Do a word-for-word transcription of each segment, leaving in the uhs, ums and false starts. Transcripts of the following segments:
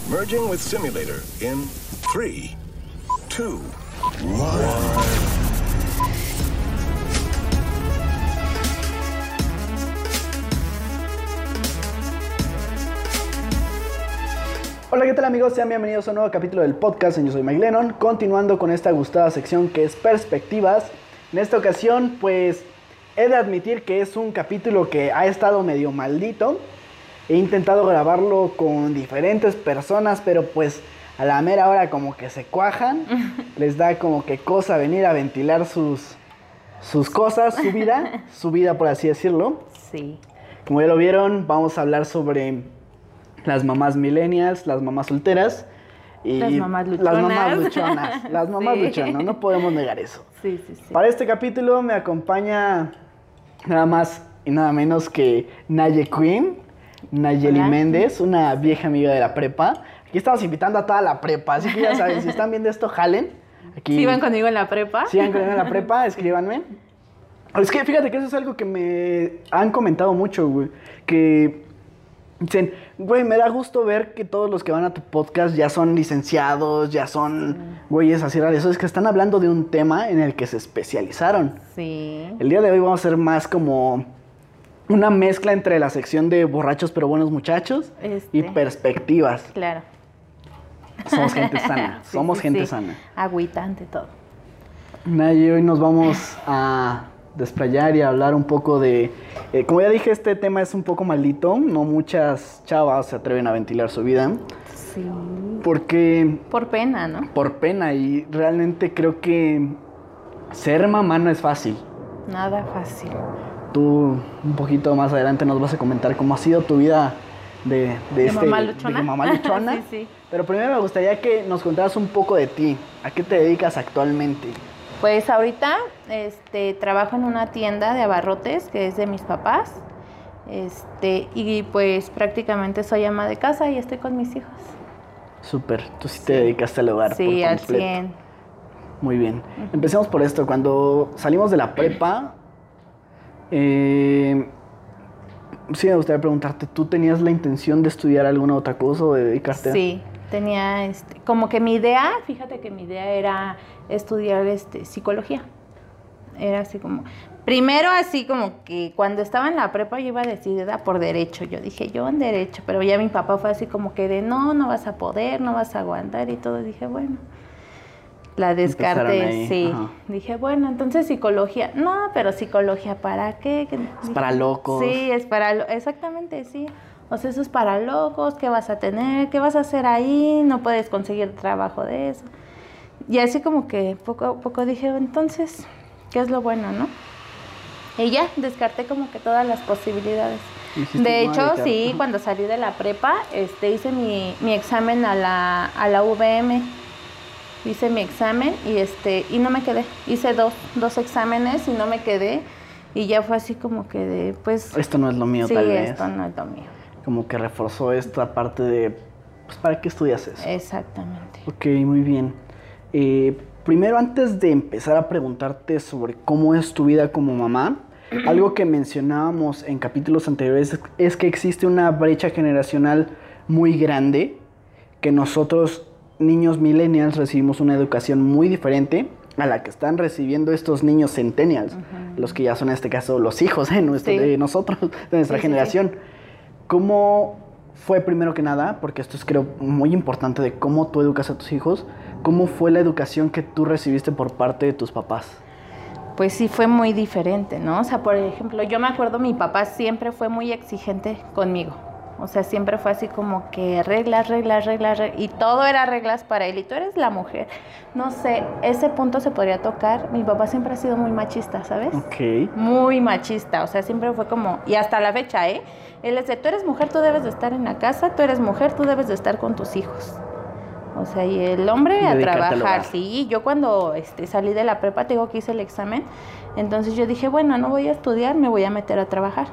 Merging with simulator in three, two, one. Hola, ¿qué tal amigos? Sean bienvenidos a un nuevo capítulo del podcast. Yo soy Mike Lennon, continuando con esta gustada sección que es Perspectivas. En esta ocasión, pues, he de admitir que es un capítulo que ha estado medio maldito. He intentado grabarlo con diferentes personas, pero pues a la mera hora como que se cuajan. Les da como que cosa venir a ventilar sus, sus cosas, su vida, su vida por así decirlo. Sí. Como ya lo vieron, vamos a hablar sobre las mamás millennials, las mamás solteras y las mamás luchonas. Las mamás luchonas, las mamás sí. luchonas, no podemos negar eso. Sí, sí, sí. Para este capítulo me acompaña nada más y nada menos que Naye Queen, Nayeli Hola. Méndez, una vieja amiga de la prepa. Aquí estamos invitando a toda la prepa, así que ya saben, si están viendo esto, jalen. Aquí, ¿Sí van conmigo en la prepa? Si van conmigo en la prepa, escríbanme. Es que fíjate que eso es algo que me han comentado mucho, güey, que dicen, güey, me da gusto ver que todos los que van a tu podcast ya son licenciados, ya son güeyes así raros. Eso es que están hablando de un tema en el que se especializaron. Sí. El día de hoy vamos a hacer más como una mezcla entre la sección de borrachos pero buenos muchachos Este. y perspectivas. Claro. Somos gente sana, Sí, somos sí, gente sí. sana. Agüita ante todo. Naye, hoy nos vamos a desplayar y a hablar un poco de... Eh, como ya dije, este tema es un poco maldito. No muchas chavas se atreven a ventilar su vida. Sí. Porque... Por pena, ¿no? Por pena. Y realmente creo que ser mamá no es fácil. Nada fácil. Tú un poquito más adelante nos vas a comentar cómo ha sido tu vida de, de, ¿De este, mamá luchona? de mamá luchona. Sí, sí. Pero primero me gustaría que nos contaras un poco de ti. ¿A qué te dedicas actualmente? Pues ahorita este, trabajo en una tienda de abarrotes que es de mis papás. Este, y pues prácticamente soy ama de casa y estoy con mis hijos. Súper. Tú sí, sí te dedicaste al hogar. Sí, por al completo. cien. Muy bien. Uh-huh. Empecemos por esto. Cuando salimos de la prepa, eh, sí me gustaría preguntarte, ¿tú tenías la intención de estudiar alguna otra cosa o de dedicarte? Sí, tenía este, como que mi idea, fíjate que mi idea era estudiar este, psicología. Era así como, primero así como que cuando estaba en la prepa yo iba decidida por derecho. Yo dije, yo en derecho, pero ya mi papá fue así como que de no, no vas a poder, no vas a aguantar y todo. Dije, bueno, la descarté, sí. Ajá. Dije, bueno, entonces psicología. No, pero psicología, ¿para qué? Es dije, para locos. Sí, es para, lo- exactamente, sí. O sea, eso es para locos, ¿qué vas a tener? ¿Qué vas a hacer ahí? No puedes conseguir trabajo de eso. Y así como que poco a poco dije, entonces, ¿qué es lo bueno, no? Y ya, descarté como que todas las posibilidades. De hecho, sí, cuando salí de la prepa, este, hice mi, mi examen a la, a la U V M. Hice mi examen y, este, y no me quedé. Hice dos, dos exámenes y no me quedé. Y ya fue así como que de, pues... Esto no es lo mío, sí, tal vez. esto no es lo mío. Como que reforzó esta parte de, pues, ¿para qué estudias eso? Exactamente. Ok, muy bien. Eh, primero, antes de empezar a preguntarte sobre cómo es tu vida como mamá, algo que mencionábamos en capítulos anteriores es que existe una brecha generacional muy grande, que nosotros, niños millennials, recibimos una educación muy diferente a la que están recibiendo estos niños centennials, uh-huh. los que ya son en este caso los hijos de, nuestro, sí. de nosotros, de nuestra sí, generación. Sí, sí. ¿Cómo fue primero que nada, porque esto es creo muy importante de cómo tú educas a tus hijos, cómo fue la educación que tú recibiste por parte de tus papás? Pues sí fue muy diferente, ¿no? O sea, por ejemplo, yo me acuerdo mi papá siempre fue muy exigente conmigo. O sea, siempre fue así como que reglas, reglas, reglas, reglas, y todo era reglas para él, y tú eres la mujer. No sé, ese punto se podría tocar. Mi papá siempre ha sido muy machista, ¿sabes? Ok. Muy machista, o sea, siempre fue como, y hasta la fecha, ¿eh? Él es de, tú eres mujer, tú debes de estar en la casa, tú eres mujer, tú debes de estar con tus hijos. O sea, y el hombre a trabajar, sí. Yo cuando este, salí de la prepa, te digo que hice el examen, entonces yo dije, bueno, no voy a estudiar, me voy a meter a trabajar.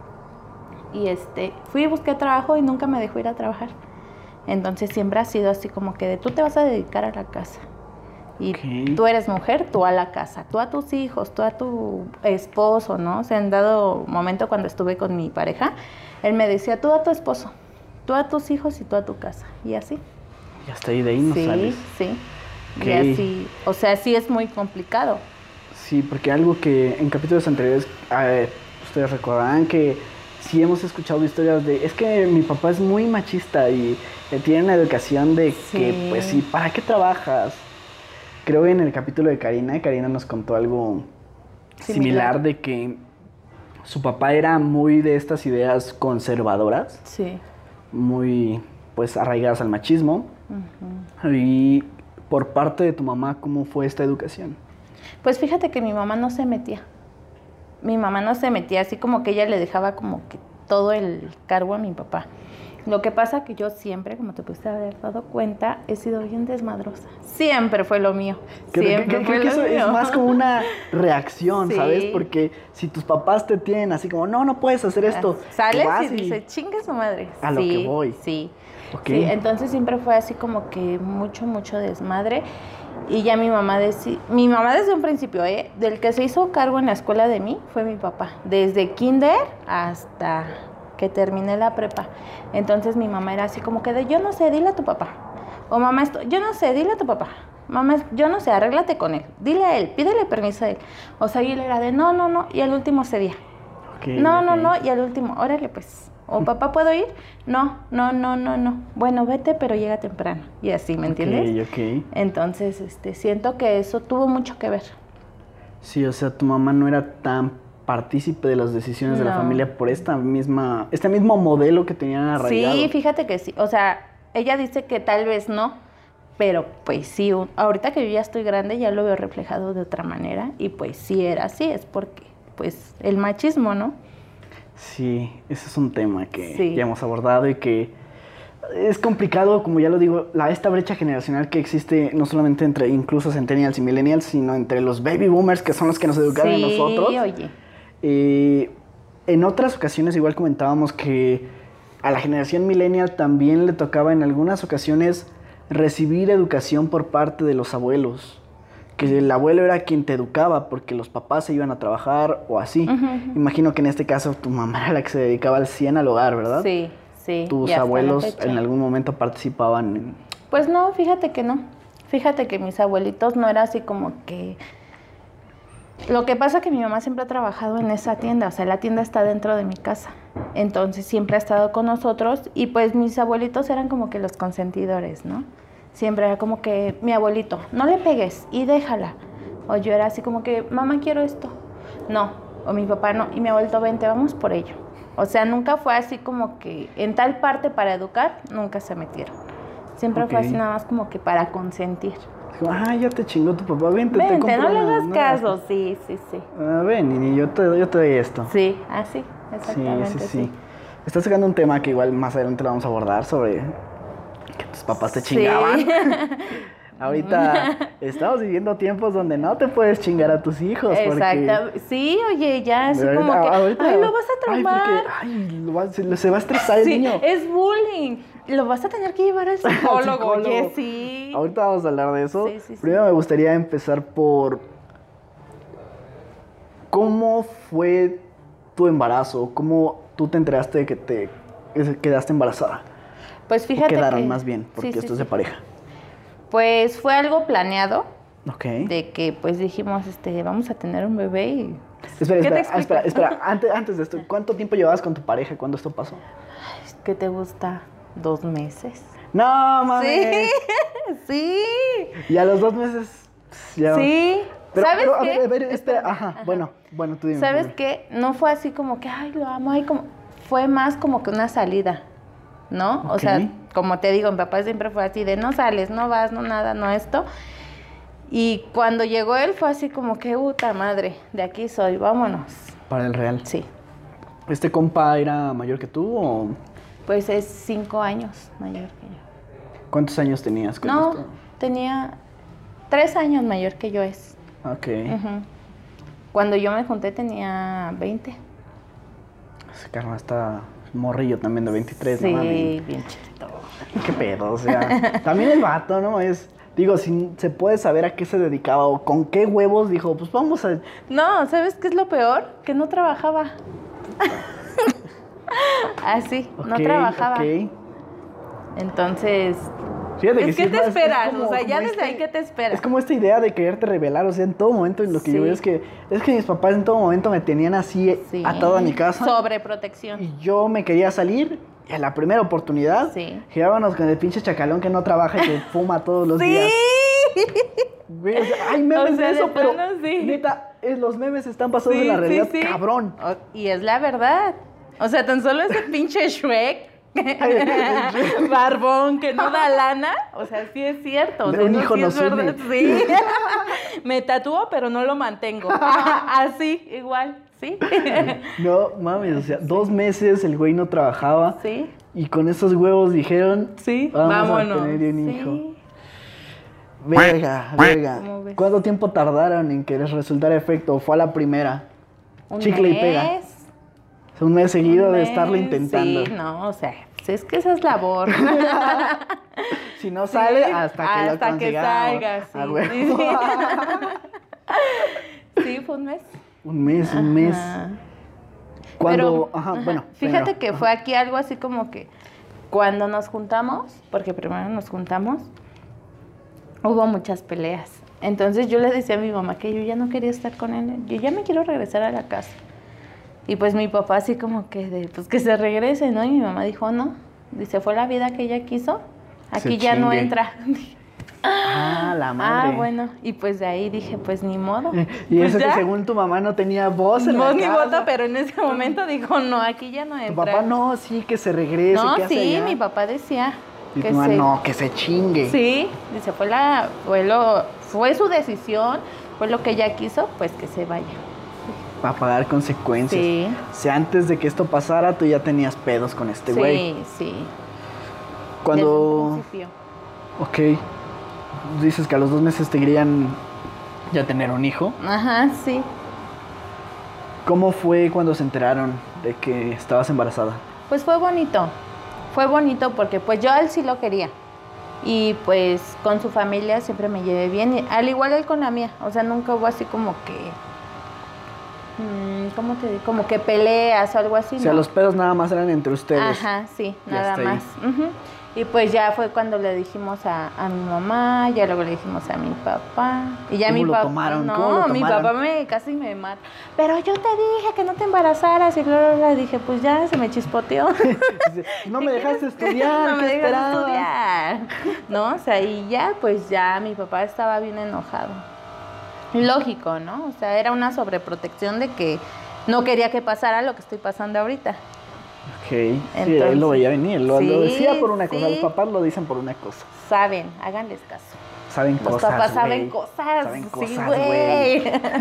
Y este, fui y busqué trabajo y nunca me dejó ir a trabajar. Entonces siempre ha sido así como que de tú te vas a dedicar a la casa. Y okay. tú eres mujer, tú a la casa, tú a tus hijos, tú a tu esposo, ¿no? O sea, en dado momento cuando estuve con mi pareja, él me decía, tú a tu esposo, tú a tus hijos y tú a tu casa, y así. Y hasta ahí de ahí no sí, sales. Sí, Ok. y así, o sea, sí es muy complicado. Sí, porque algo que en capítulos anteriores, eh, ustedes recordarán que sí hemos escuchado historias de, es que mi papá es muy machista y eh, tiene una educación de Sí. que, pues sí, ¿para qué trabajas? Creo que en el capítulo de Karina, Karina nos contó algo similar, Similar. de que su papá era muy de estas ideas conservadoras, Sí. muy, pues, arraigadas al machismo. Ujú. Y por parte de tu mamá, ¿cómo fue esta educación? Pues fíjate que mi mamá no se metía. Mi mamá no se metía, así como que ella le dejaba como que todo el cargo a mi papá. Lo que pasa que yo siempre, como te pudiste haber dado cuenta, he sido bien desmadrosa. Siempre fue lo mío. Que- que- Siempre que- fue creo que lo eso mío. es más como una reacción, Sí. ¿sabes? Porque si tus papás te tienen así como, no, no puedes hacer esto. Sales tú vas y dices, chinga su madre. A lo Sí, que voy. Sí. Ok. Sí, entonces siempre fue así como que mucho, mucho desmadre. Y ya mi mamá decía, mi mamá desde un principio, ¿eh? Del que se hizo cargo en la escuela de mí fue mi papá. Desde kinder hasta que terminé la prepa. Entonces mi mamá era así como que de, yo no sé, dile a tu papá. O mamá, esto, yo no sé, dile a tu papá. Mamá, yo no sé, arréglate con él. Dile a él, pídele permiso a él. O sea, y él era de, no, no, no. Y al último cedía. Ok, No, no, ok. no. Y al último, órale pues. O papá, ¿puedo ir? No, no, no, no, no. Bueno, vete, pero llega temprano. Y así, ¿me entiendes? Ok, ok. Entonces, este, siento que eso tuvo mucho que ver. Sí, o sea, tu mamá no era tan partícipe de las decisiones de la No. familia por esta misma, este mismo modelo que tenían arraigado. Sí, fíjate que sí. O sea, ella dice que tal vez no, pero pues sí, un- ahorita que yo ya estoy grande ya lo veo reflejado de otra manera y pues sí era así, es porque pues el machismo, ¿no? Sí, ese es un tema que Sí. ya hemos abordado y que es complicado, como ya lo digo, la, esta brecha generacional que existe no solamente entre incluso centennials y millennials, sino entre los baby boomers, que son los que nos educaron a Sí, nosotros. oye. Eh, en otras ocasiones igual comentábamos que a la generación millennial también le tocaba en algunas ocasiones recibir educación por parte de los abuelos. Que el abuelo era quien te educaba porque los papás se iban a trabajar o así. Ujú, ujú. Imagino que en este caso tu mamá era la que se dedicaba al cien al hogar, ¿verdad? Sí, sí. Tus y hasta la abuelos fecha. en algún momento participaban en... Pues no, fíjate que no. Fíjate que mis abuelitos no era así como que... Lo que pasa es que mi mamá siempre ha trabajado en esa tienda, o sea, la tienda está dentro de mi casa. Entonces siempre ha estado con nosotros y pues mis abuelitos eran como que los consentidores, ¿no? Siempre era como que mi abuelito, no le pegues y déjala. O yo era así como que, mamá, quiero esto. No, o mi papá no. Y mi abuelito, vente, vamos por ello. O sea, nunca fue así como que en tal parte para educar, nunca se metieron. Siempre fue Ok. así nada más como que para consentir. Digo, ah, ya te chingó tu papá, vente, te Vente, compro no le una- hagas no caso. Sí, sí, sí. Ah, ven, niño, yo te, yo te doy esto. Sí, así, Sí, exactamente. sí, sí, sí. Estás sacando un tema que igual más adelante lo vamos a abordar sobre que tus papás te Sí. chingaban. Ahorita estamos viviendo tiempos donde no te puedes chingar a tus hijos. Exacto. Sí, oye, ya así porque como que, ahorita- ay, lo vas a Ay, traumar. porque, ay, lo va- se, se va a estresar el Sí, niño. es bullying. Lo vas a tener que llevar al psicólogo, Psicólogo. oye, sí. Ahorita vamos a hablar de eso. Sí, sí, sí. Primero me gustaría empezar por cómo fue tu embarazo, cómo tú te enteraste de que te quedaste embarazada. Pues O fíjate quedaron que- más bien, porque sí, sí, esto es de sí. pareja. Pues fue algo planeado, Ok. de que pues dijimos, este, vamos a tener un bebé y... Espera, ¿Qué te espera, explico? espera, espera. Antes, antes de esto, ¿cuánto tiempo llevabas con tu pareja cuando esto pasó? ¿Qué te gusta? ¿Dos meses? No, mames. Sí, sí, Y a los dos meses ya. sí. Pero, ¿Sabes pero, a qué? ver, a ver, espera, Espérame, ajá, bueno, bueno, tú dime. ¿Sabes dime. qué? No fue así como que, ay, lo amo, ay, como... Fue más como que una salida, ¿no? O Ok. sea, como te digo, mi papá siempre fue así de no sales, no vas, no nada, no esto. Y cuando llegó él fue así como que, puta madre, de aquí soy, vámonos. Para el real. Sí, ¿Este compa era mayor que tú o pues es cinco años mayor que yo. cuántos años tenías con No, esto? tenía tres años mayor que yo es. Ok. Ujú. Cuando yo me junté tenía veinte. Ese carnal está morrillo también de veintitrés, Sí, no mames. bien chiquito. ¿Qué pedo? O sea, también el vato, ¿no? Es, digo, si se puede saber a qué se dedicaba o con qué huevos dijo, pues vamos a... No, ¿sabes qué es lo peor? Que no trabajaba. Así, no Ok, trabajaba. ok. Entonces, Fíjate que es sí que te más- es esperas, como- o sea, ya como desde este- ahí, ¿qué te esperas? Es como esta idea de quererte revelar, o sea, en todo momento lo que yo Sí. veo es que es que mis papás en todo momento me tenían así Sí. atado a mi casa Sobreprotección. y yo me quería salir y a la primera oportunidad Sí. girábamos con el pinche chacalón que no trabaja y que fuma todos los Sí. días. Güey, o sea, hay memes O sea, de de eso, pero plano, sí. neta, es- los memes están pasados Sí, de la sí, realidad, sí. cabrón. O- Y es la verdad. O sea, tan solo ese pinche Shrek. Barbón que no da lana, o sea, sí es cierto, o De sea, un eso hijo sí nos es verdad, une. sí. Me tatúo, pero no lo mantengo. Así, igual, sí. No mames, o sea, dos meses el güey no trabajaba Sí, y con esos huevos dijeron, sí, vamos vámonos. a tener un Sí. hijo. Verga, verga. ¿Cómo ves? ¿Cuánto tiempo tardaron en que les resultara efecto? ¿O fue a la primera? Un Chicle y pega. mes, O sea, un mes seguido un de estarlo mes, intentando. Sí, no, o sea, pues es que esa es labor. Si no sale, Sí, hasta que lo hasta que consigamos. salga, sí. A huevo. Sí, sí. Sí, fue un mes. Un mes, un mes. Ajá. Cuando, Pero, ajá, ajá, bueno. Fíjate primero, que ajá. fue aquí algo así como que cuando nos juntamos, porque primero nos juntamos, hubo muchas peleas. Entonces yo le decía a mi mamá que yo ya no quería estar con él, yo ya me quiero regresar a la casa. Y pues mi papá así como que, de, pues que se regrese, ¿no? Y mi mamá dijo, no, dice, fue la vida que ella quiso, aquí Se ya no chingue. entra. Ah, la madre. Ah, bueno, y pues de ahí dije, pues ni modo. Y Pues eso que ya. según tu mamá no tenía voz en Voz la ni casa. voto, pero en ese momento dijo, no, aquí ya no Tu entra. papá no, sí, que se regrese, No, que hace sí, allá. mi papá decía Y que tu mamá, se... no, que se chingue. Sí, dice, fue la, fue lo, fue su decisión, fue lo que ella quiso, pues que se vaya. Para pagar consecuencias. Sí. O sea, antes de que esto pasara, tú ya tenías pedos con este güey. Sí, sí. Cuando... Desde el Ok. principio. Dices que a los dos meses te querían ya tener un hijo. Ajá, sí. ¿Cómo fue cuando se enteraron de que estabas embarazada? Pues fue bonito, fue bonito porque pues yo a él sí lo quería. Y pues con su familia siempre me llevé bien, y al igual él con la mía. O sea, nunca hubo así como que... mm, ¿Cómo te digo? Como que peleas o algo así. O sea, no. los pedos nada más eran entre ustedes. Ajá, sí, Y nada hasta ahí. más. Ujú. Y pues ya fue cuando le dijimos a, a mi mamá, ya luego le dijimos a mi papá. Y ya ¿Cómo mi lo papá. tomaron? No, ¿Cómo lo mi tomaron? papá me casi me mata. Pero yo te dije que no te embarazaras. Y luego le dije, pues ya se me chispoteó. Dice, no me dejaste estudiar, no me ¿qué dejas esperabas? estudiar. No, o sea, y ya, pues ya mi papá estaba bien enojado. Lógico, ¿no? O sea, era una sobreprotección de que no quería que pasara lo que estoy pasando ahorita. Ok, sí, Entonces, él lo veía venir, lo, lo sí, decía por una cosa, sí. los papás lo dicen por una cosa. Saben, háganles caso. Saben Los cosas, papás saben güey. cosas. Saben Sí, cosas, güey.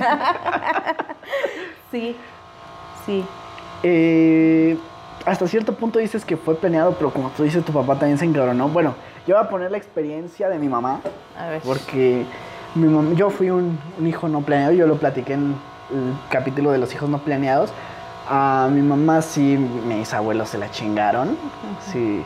Sí, sí. Eh, hasta cierto punto dices que fue planeado, pero como tú dices, tu papá también se encabronó. Bueno, yo voy a poner la experiencia de mi mamá, A ver. porque mi mam- yo fui un, un hijo no planeado, yo lo platiqué en el capítulo de los hijos no planeados. A mi mamá sí, mis abuelos se la chingaron, sí.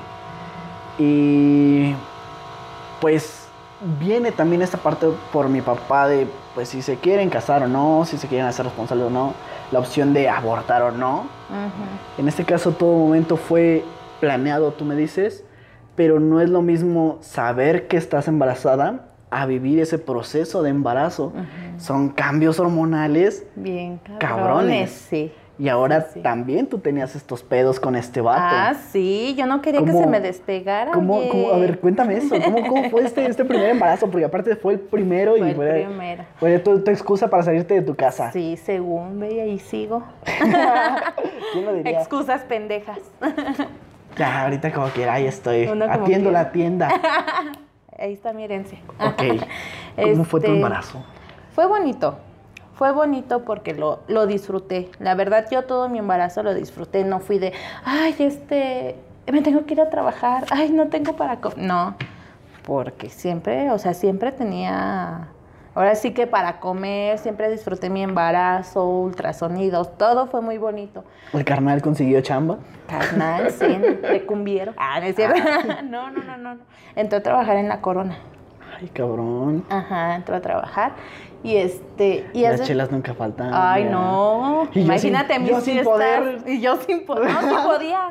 Y pues viene también esta parte por mi papá de, pues si se quieren casar o no, si se quieren hacer responsables o no, la opción de abortar o no. Ujú. En este caso todo momento fue planeado, tú me dices, pero no es lo mismo saber que estás embarazada a vivir ese proceso de embarazo. Son cambios hormonales Bien, cabrones. Cabrones. Sí. y ahora Sí, sí. también tú tenías estos pedos con este vato. Ah, sí, yo no quería que ¿Cómo- se me despegara. ¿Cómo, oye. cómo- a ver, cuéntame eso. ¿Cómo, cómo fue este, este primer embarazo? Porque aparte fue el primero Fue y el fue, primero. fue tu, tu excusa para salirte de tu casa. Sí, según, ve, ahí sigo. ¿Quién lo diría? Excusas pendejas. Ya, ahorita como que ahí estoy. Uno como Atiendo quiera. la tienda. Ahí está mi herencia. Ok. ¿Cómo fue tu Este, embarazo? Fue bonito. Fue bonito porque lo, lo disfruté. La verdad, yo todo mi embarazo lo disfruté. No fui de, ay, este, me tengo que ir a trabajar. Ay, no tengo para comer. No, porque siempre, o sea, siempre tenía, ahora sí que para comer, siempre disfruté mi embarazo, ultrasonidos, todo fue muy bonito. ¿El carnal consiguió chamba? Carnal, sí, de cumbiero. Ah, no es cierto. No, no, no, no. no. Entró a trabajar en la Corona. Ay, cabrón. Ajá, entró a trabajar. Y este... Y Las hace... chelas nunca faltan. Ay, ya. no. Y yo Imagínate sin- mis yo sin fiestas. poder. Y yo sin poder. No, sí podía.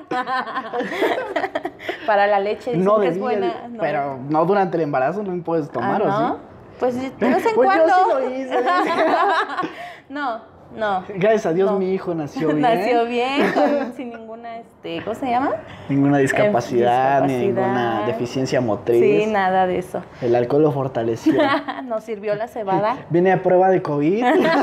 Para la leche dicen No que es debía, buena. No. pero no durante el embarazo no puedes tomar, Ah, ¿o ¿no? sí? Pues de vez en Pues yo cuando. sí lo hice. No, no. Gracias a Dios No. mi hijo nació bien. Nació bien, con- sin ninguna, este, ¿cómo se llama? Ninguna discapacidad, ni discapacidad. ninguna deficiencia motriz. Sí, nada de eso. El alcohol lo fortaleció. Nos sirvió la cebada. Viene a prueba de COVID.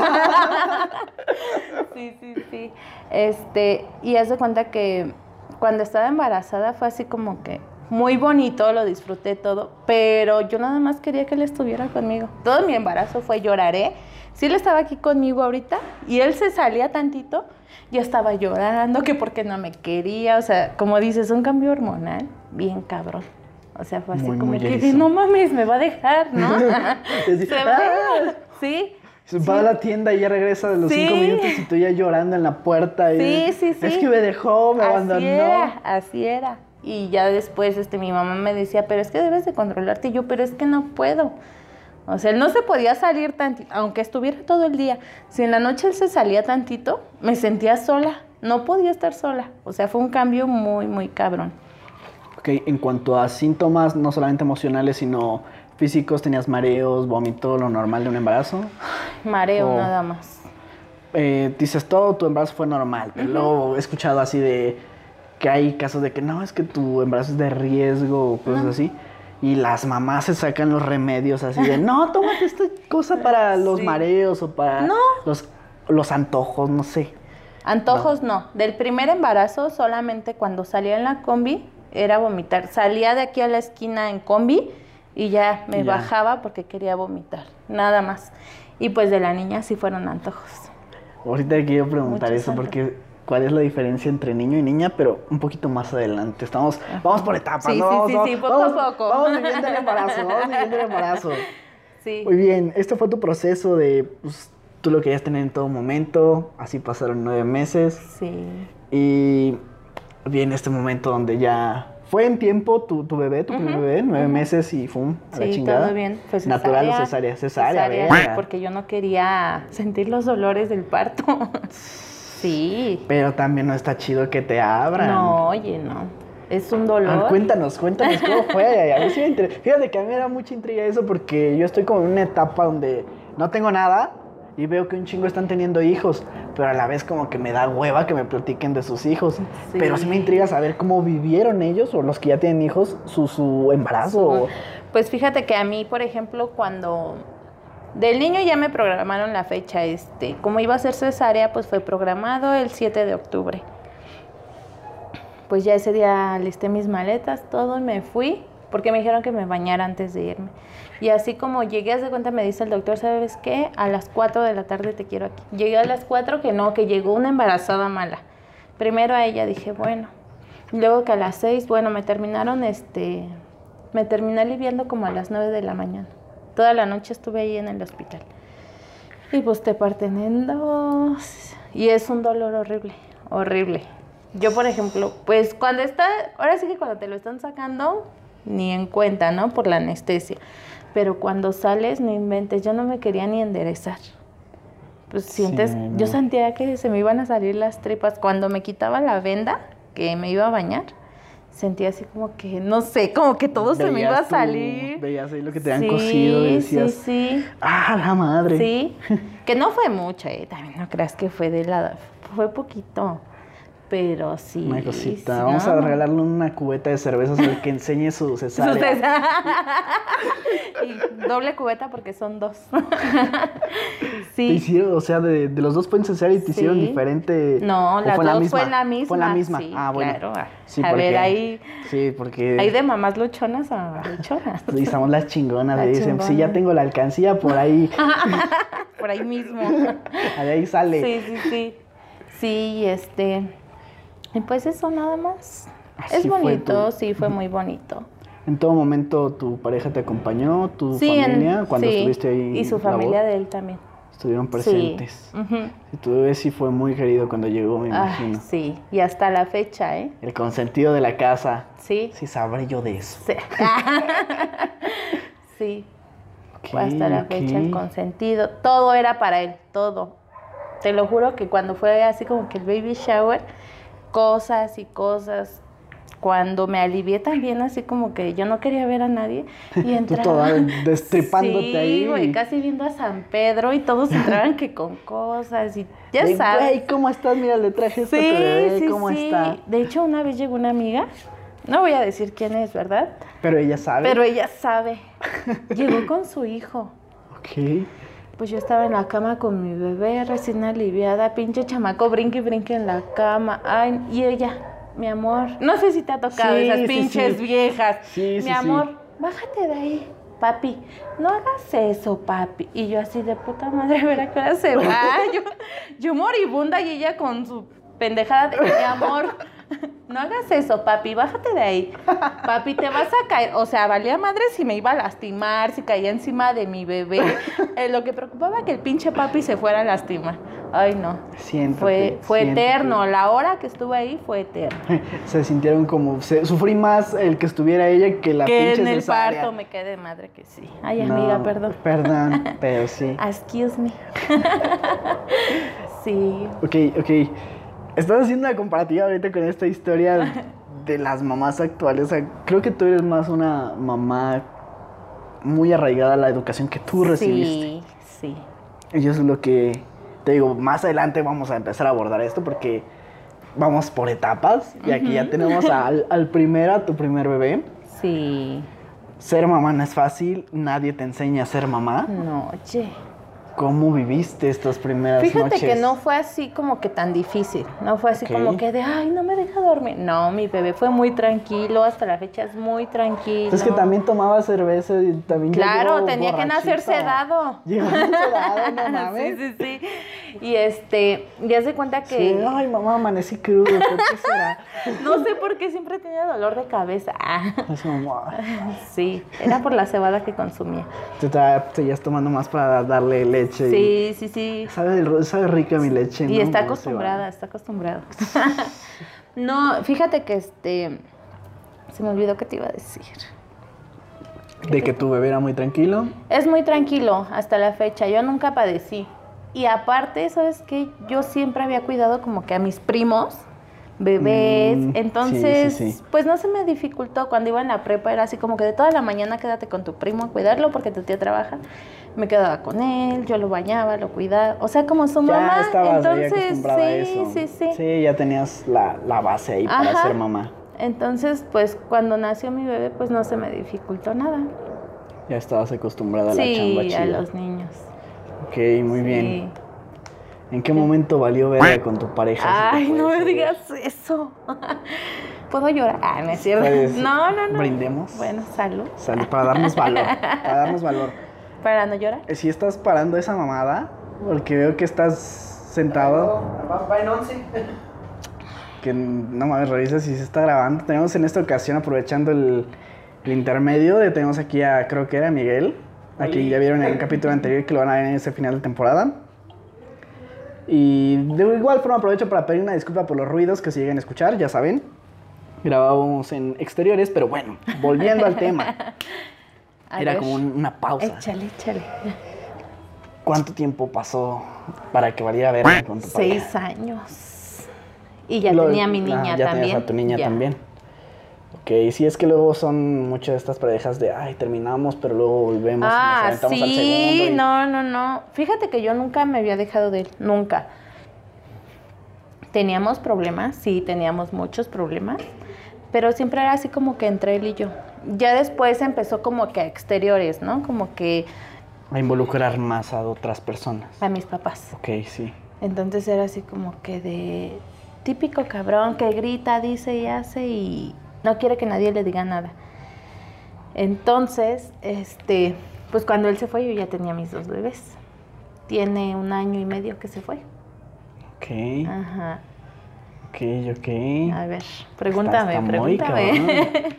Sí, sí, sí. Este, y haz de cuenta que cuando estaba embarazada fue así como que muy bonito, lo disfruté todo, pero yo nada más quería que él estuviera conmigo. Todo mi embarazo fue lloraré. Si él estaba aquí conmigo ahorita y él se salía tantito, yo estaba llorando, que porque no me quería, o sea, como dices, un cambio hormonal bien cabrón. O sea, fue así Muy, como muy que, erizo. no mames, me va a dejar, ¿no? Decir, Se va. "Ah". Sí. Se va a la tienda y ya regresa de los Sí. cinco minutos y tú ya llorando en la puerta. Y, Sí, sí, sí. Es que me dejó, me así abandonó. Era, así era. Y ya después este, mi mamá me decía, pero es que debes de controlarte. Y yo, pero es que no puedo. O sea, él no se podía salir tantito, aunque estuviera todo el día. Si en la noche él se salía tantito, me sentía sola. No podía estar sola. O sea, fue un cambio muy, muy cabrón. Ok, en cuanto a síntomas, no solamente emocionales, sino físicos, tenías mareos, vómito, lo normal de un embarazo. Mareo Oh. nada más. Eh, dices, todo tu embarazo fue normal, pero luego he escuchado así de que hay casos de que no, es que tu embarazo es de riesgo o cosas así. Y las mamás se sacan los remedios así de, no, tómate esta cosa para los Sí. mareos o para No. los, los antojos, no sé. Antojos no. Del primer embarazo, solamente cuando salía en la combi, era vomitar. Salía de aquí a la esquina en combi y ya me Y ya. bajaba porque quería vomitar. Nada más. Y pues de la niña sí fueron antojos. Ahorita quiero preguntar Muchos eso antojos. porque ¿cuál es la diferencia entre niño y niña? Pero un poquito más adelante. Estamos, vamos por etapas, Sí, ¿no? sí, Vamos, sí, vamos, sí, poco vamos, a poco. Vamos viviendo el embarazo, vamos viviendo el embarazo. Sí. Muy bien, este fue tu proceso de, pues, tú lo querías tener en todo momento, así pasaron nueve meses Sí. y viene este momento donde ya fue en tiempo tu, tu bebé, tu primer bebé, nueve meses y fum, a la Sí, chingada. todo bien. Fue Natural o cesárea. cesárea, cesárea, Cesárea, verga. porque yo no quería sentir los dolores del parto. Sí. Pero también no está chido que te abran. No, oye, no. Es un dolor. Ah, cuéntanos, cuéntanos cómo fue. A mí sí me inter- Fíjate que a mí me da mucha intriga eso porque yo estoy como en una etapa donde no tengo nada y veo que un chingo están teniendo hijos, pero a la vez como que me da hueva que me platiquen de sus hijos. Sí. Pero sí me intriga saber cómo vivieron ellos o los que ya tienen hijos su, su embarazo. Pues fíjate que a mí, por ejemplo, cuando del niño ya me programaron la fecha, este, como iba a ser cesárea, pues fue programado el siete de octubre. Pues ya ese día listé mis maletas, todo, y me fui, porque me dijeron que me bañara antes de irme. Y así como llegué, haz de cuenta, me dice el doctor, ¿sabes qué? A las cuatro de la tarde te quiero aquí. Llegué a las cuatro, que no, que llegó una embarazada mala. Primero a ella dije, bueno. Y luego que a las seis, bueno, me terminaron, este, me terminé aliviando como a las nueve de la mañana. Toda la noche estuve ahí en el hospital. Y pues te parten en dos. Y es un dolor horrible, horrible. Yo, por ejemplo, pues cuando está, ahora sí que cuando te lo están sacando, ni en cuenta, ¿no? Por la anestesia. Pero cuando sales, no inventes, yo no me quería ni enderezar. Pues sientes, Sí, no. yo sentía que se me iban a salir las tripas. Cuando me quitaba la venda, que me iba a bañar, sentía así como que, no sé, como que todo se me Veías iba a tú- salir. Veías ahí lo que te habían Sí, cosido y decías, Sí, sí, ¡ah, la madre! sí. Que no fue mucho, eh. También no creas que fue de la... Fue poquito. Pero sí. Una cosita. sí, Vamos ¿no? a regalarle una cubeta de cervezas al que enseñe su cesárea. Su cesa- y doble cubeta porque son dos. Te Sí. hicieron, o sea, de, de los dos fue en cesárea y te Sí. hicieron diferente. No, ¿o las fue dos la misma? fue la misma. Fue la misma. Sí, ah, bueno. claro. Sí, A porque, ver, ahí- Sí, porque. Hay de mamás luchonas a luchonas. Y estamos las chingonas. La Le dicen, sí, ya chingona. tengo la alcancía por ahí. Por ahí mismo. De ahí sale. Sí, sí, sí. Sí, este. Y pues eso nada más. Así es fue bonito, tu- sí, fue muy bonito. En todo momento tu pareja te acompañó, tu Sí, en- familia, cuando sí, estuviste ahí. Y su labor, familia de él también. estuvieron presentes. Sí. Ujú. Y tu bebé sí fue muy querido cuando llegó, me Ay, imagino. sí, y hasta la fecha, ¿eh? El consentido de la casa. Sí. Sí, sabré yo de eso. Sí. Sí. Fue hasta la okay. fecha el consentido. Todo era para él, todo. Te lo juro que cuando fue así como que el baby shower, cosas y cosas. Cuando me alivié también, así como que yo no quería ver a nadie. Y entraba. Tú toda destripándote sí, ahí. Sí, güey, casi viendo a San Pedro y todos entraban que con cosas y ya de, sabes. Güey, ¿cómo estás? Mira, le traje esto sí, a tu bebé, sí, ¿cómo sí. está? De hecho, una vez llegó una amiga, no voy a decir quién es, ¿verdad? Pero ella sabe. Pero ella sabe. Llegó con su hijo. Ok. Pues yo estaba en la cama con mi bebé recién aliviada, pinche chamaco, brinque y brinque en la cama. Ay, y ella, mi amor, no sé si te ha tocado Sí, esas sí, pinches sí. viejas. Sí, mi sí, amor, sí. bájate de ahí, papi, no hagas eso, papi. Y yo así de puta madre, a ver a qué hora se va. Yo, yo moribunda y ella con su pendejada de mi amor. No hagas eso, papi, bájate de ahí. Papi, te vas a caer. O sea, valía madre si me iba a lastimar, si caía encima de mi bebé. Eh, lo que preocupaba que el pinche papi se fuera a lastimar. Ay, no. Siéntate, Fue, fue siéntate. eterno. La hora que estuve ahí fue eterno. Se sintieron como... Se, sufrí más el que estuviera ella que la Que pinche en el cesárea. parto me quedé madre que sí. Ay, No, amiga, perdón. Perdón, pero sí. Excuse me. Sí. Ok, ok. Estás haciendo una comparativa ahorita con esta historia de las mamás actuales. O sea, creo que tú eres más una mamá muy arraigada a la educación que tú recibiste. Sí, sí. Y eso es lo que te digo, más adelante vamos a empezar a abordar esto porque vamos por etapas. Y aquí ya tenemos al, al primero, a tu primer bebé. Sí. Ser mamá no es fácil, nadie te enseña a ser mamá. No, oye. ¿Cómo viviste estas primeras Fíjate noches? que no fue así como que tan difícil, no fue así Ok. como que de, ay, no me deja dormir. No, mi bebé fue muy tranquilo, hasta la fecha es muy tranquilo. Es que también tomaba cerveza y también Claro, llegó tenía que nacer borrachita. sedado. Llegó sedado, no mames. Sí, sí, sí. Y este, ya se cuenta que... Sí, ay, mamá, amanecí crudo, ¿por qué será? No sé por qué siempre tenía dolor de cabeza. Ah, Es mamá. sí, era por la cebada que consumía. Te estaba- seguías tomando más para darle leche. Sí, sí, sí. Y sabe, sabe rica mi leche, Y ¿no? está No se acostumbrada, va. está acostumbrada. No, fíjate que este... Se me olvidó que te iba a decir. De que tu bebé era muy tranquilo. Es muy tranquilo hasta la fecha, yo nunca padecí. Y aparte, ¿sabes qué? Yo siempre había cuidado como que a mis primos, bebés, Mm, entonces, sí, sí, sí. pues no se me dificultó. Cuando iba en la prepa era así como que de toda la mañana quédate con tu primo a cuidarlo porque tu tía trabaja. Me quedaba con él, yo lo bañaba, lo cuidaba, o sea, como su Ya mamá. estabas ahí Entonces, acostumbrada a sí, eso. sí, sí. Sí, ya tenías la, la base ahí para Ajá. ser mamá. Entonces, pues cuando nació mi bebé, pues no se me dificultó nada. Ya estabas acostumbrada a la Sí, chamba a chida. los niños. Ok, muy Sí. bien. ¿En qué momento valió verga con tu pareja? Si Ay, te no puedes me saber? digas eso. ¿Puedo llorar? Ah, no es cierto. Puedes- No, no, no. brindemos. Bueno, salud. Salud, para darnos valor. Para darnos valor. Para no llorar. Si estás parando esa mamada, porque veo que estás sentado. Va en once. Que no mames, revisa si se está grabando. Tenemos en esta ocasión, aprovechando el, el intermedio, de, tenemos aquí a, creo que era Miguel, a quien ya vieron en el capítulo anterior que lo van a ver en ese final de temporada. Y de igual forma aprovecho para pedir una disculpa por los ruidos que se lleguen a escuchar, ya saben. Grabábamos en exteriores, pero bueno, volviendo al tema. A Era ver. como un- una pausa. Échale, échale. ¿Cuánto tiempo pasó para que valiera verga con tu pareja? Seis años. Y ya Lo- tenía a mi ah, niña ya también. tenías a tu niña Ya. también. Ok, sí, es que luego son muchas de estas parejas de, ay, terminamos, pero luego volvemos y nos Ah, aventamos al sí, segundo. y- no, no, no. Fíjate que yo nunca me había dejado de él, nunca. Teníamos problemas, sí, teníamos muchos problemas, pero siempre era así como que entre él y yo. Ya después empezó como que a exteriores, ¿no? Como que A involucrar más a otras personas. a mis papás. Ok, sí. Entonces era así como que de típico cabrón que grita, dice y hace y no quiere que nadie le diga nada. Entonces, este, pues cuando él se fue yo ya tenía mis dos bebés. Tiene un año y medio que se fue. Ok, Ajá. ok, ok. A ver, pregúntame, Está- está muy pregúntame. cabrón.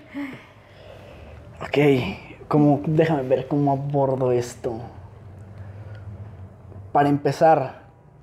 Ok, como, déjame ver cómo abordo esto. Para empezar,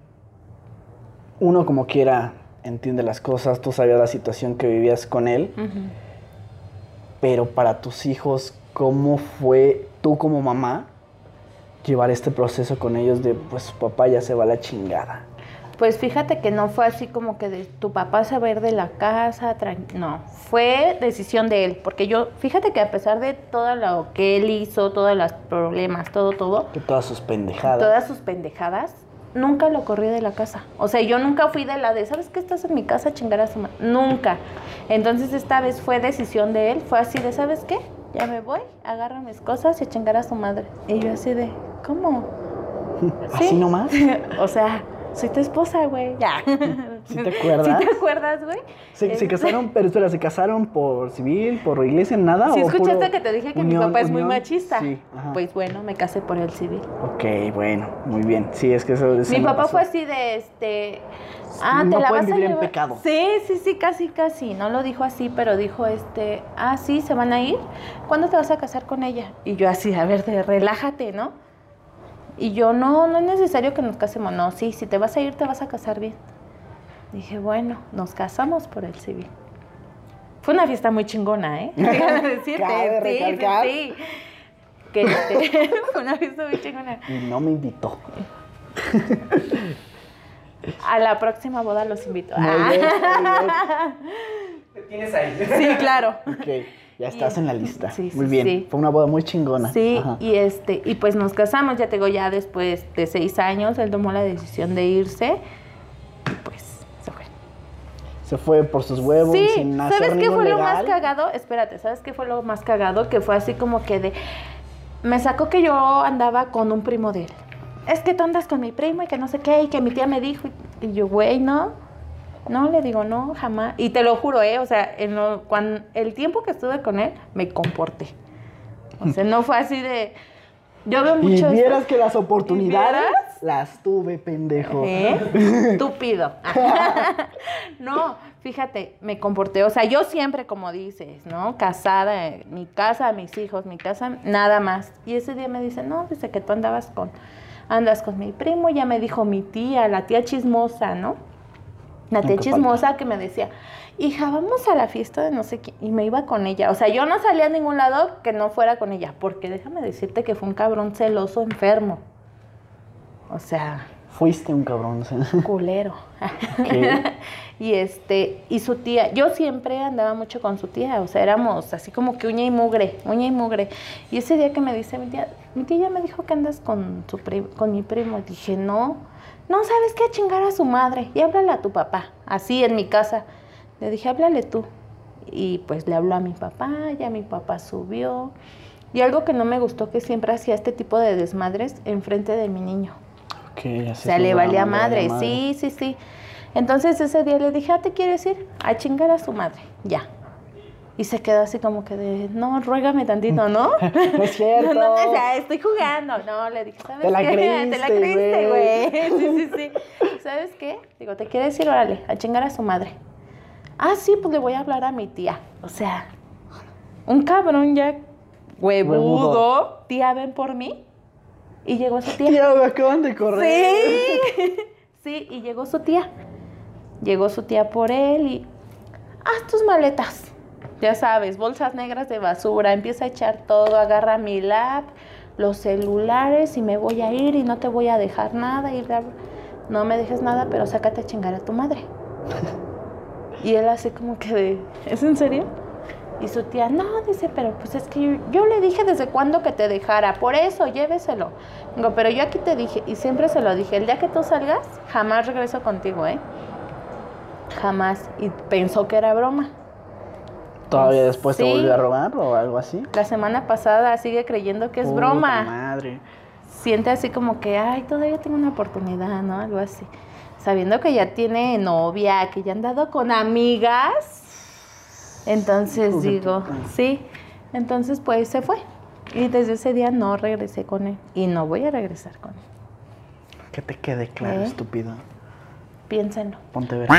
uno como quiera entiende las cosas, tú sabías la situación que vivías con él, Ujú. pero para tus hijos, ¿cómo fue tú como mamá llevar este proceso con ellos de, pues, su papá ya se va a la chingada? Pues fíjate que no fue así como que de tu papá se va a ir de la casa, no, fue decisión de él, porque yo, fíjate que a pesar de todo lo que él hizo, todos los problemas, todo, todo. Que todas sus pendejadas. Todas sus pendejadas, nunca lo corrí de la casa. O sea, yo nunca fui de la de, ¿sabes qué? Estás en mi casa, chingar a su madre. Nunca. Entonces esta vez fue decisión de él, fue así de, ¿sabes qué? Ya me voy, agarro mis cosas y a chingar a su madre. Y yo así de, ¿cómo? ¿Así ¿Sí? nomás? O sea, soy tu esposa, güey. Ya. ¿Sí te acuerdas? ¿Sí te acuerdas, güey? ¿Se, se casaron, pero espera, ¿se casaron por civil, por iglesia, nada? ¿Sí o escuchaste puro que te dije que unión, mi papá es muy unión? machista? Sí, ajá. Pues bueno, me casé por el civil. Ok, bueno, muy bien. Sí, es que eso... eso Mi me papá pasó. fue así de, este... Ah, No te la pueden vas a vivir en llevar. pecado. Sí, sí, sí, casi, casi. No lo dijo así, pero dijo, este... Ah, sí, se van a ir. ¿Cuándo te vas a casar con ella? Y yo así, a ver, de, relájate, ¿no? Y yo, no, no es necesario que nos casemos. No, sí, si te vas a ir, te vas a casar bien. Dije, bueno, nos casamos por el civil. Fue una fiesta muy chingona, ¿eh? Déjame decirte. Cabe sí, sí, recalcar. sí. Que este, fue una fiesta muy chingona. Y no me invitó. A la próxima boda los invito. Muy Ah. bien, muy bien. ¿Qué tienes ahí? Sí, claro. Ok, ya estás Y- en la lista. sí, sí, muy bien. sí. Fue una boda muy chingona. Sí, Ajá. y este, y pues nos casamos, ya te digo, ya después de seis años, él tomó la decisión de irse, y pues se fue. Se fue por sus huevos, Sí, sin hacer ¿sabes qué ningún fue lo más legal. cagado? Espérate, ¿sabes qué fue lo más cagado? Que fue así como que de... Me sacó que yo andaba con un primo de él. Es que tú andas con mi primo y que no sé qué, y que mi tía me dijo. Y, y yo, güey, no. No, le digo, no, jamás. Y te lo juro, ¿eh? O sea, en lo, cuando, el tiempo que estuve con él, me comporté. O sea, no fue así de... Yo veo Y mucho... vieras esto. que las oportunidades ¿Vieras? las tuve, pendejo. ¿Eh? Estúpido. No, fíjate, me comporté, o sea, yo siempre, como dices, ¿no? Casada, eh, mi casa, mis hijos, mi casa, nada más. Y ese día me dice, no, dice que tú andabas con, andas con mi primo, ya me dijo mi tía, la tía chismosa, ¿no? La tía Nunca chismosa falta. que me decía, hija, vamos a la fiesta de no sé quién. Y me iba con ella. O sea, yo no salía a ningún lado que no fuera con ella. Porque déjame decirte que fue un cabrón celoso, enfermo. O sea, Fuiste un cabrón. ¿Sí? culero. ¿Qué? Y este, y su tía, yo siempre andaba mucho con su tía, o sea, éramos así como que uña y mugre, uña y mugre. Y ese día que me dice mi tía, mi tía ya me dijo que andas con su pri- con mi primo, dije, no, no sabes qué, chingar a su madre, y háblale a tu papá, así en mi casa. Le dije, háblale tú. Y pues le habló a mi papá, ya mi papá subió. Y algo que no me gustó, que siempre hacía este tipo de desmadres enfrente de mi niño. Okay, O sea, le valía madre. Sí, sí, sí. Entonces ese día le dije, ¿a te quieres ir? A chingar a su madre, ya. Y se quedó así como que de, no, ruégame tantito, ¿no? No es cierto. No, no, o sea, estoy jugando. No, le dije, ¿sabes Te la qué? creíste, Te la creíste, güey. güey. Sí, sí, sí. ¿Sabes qué? Digo, ¿te quieres ir? Órale, a chingar a su madre. Ah, sí, pues le voy a hablar a mi tía. O sea, un cabrón ya huevudo. Huevudo. Tía, ven por mí. Y llegó su tía. Tía, me acaban de correr. Sí, sí, y llegó su tía. Llegó su tía por él y haz tus maletas. Ya sabes, bolsas negras de basura. Empieza a echar todo, agarra mi lap, los celulares y me voy a ir y no te voy a dejar nada. Y bla, bla. No me dejes nada, pero sácate a chingar a tu madre. Y él así como que de, ¿es en serio? Y su tía, no, dice, pero pues es que yo, yo le dije desde cuándo que te dejara, por eso, lléveselo. Digo, pero yo aquí te dije, y siempre se lo dije, el día que tú salgas, jamás regreso contigo, ¿eh? Jamás. Y pensó que era broma. ¿Todavía después te Sí. volvió a robar o algo así? La semana pasada sigue creyendo que es Puta broma. madre. Siente así como que, ay, todavía tengo una oportunidad, ¿no? Algo así. Sabiendo que ya tiene novia, que ya han dado con amigas. Entonces Hijos de digo, puta. sí. Entonces pues se fue. Y desde ese día no regresé con él. Y no voy a regresar con él. Que te quede claro, ¿Eh? estúpido. Piénsenlo. Ponte a ver.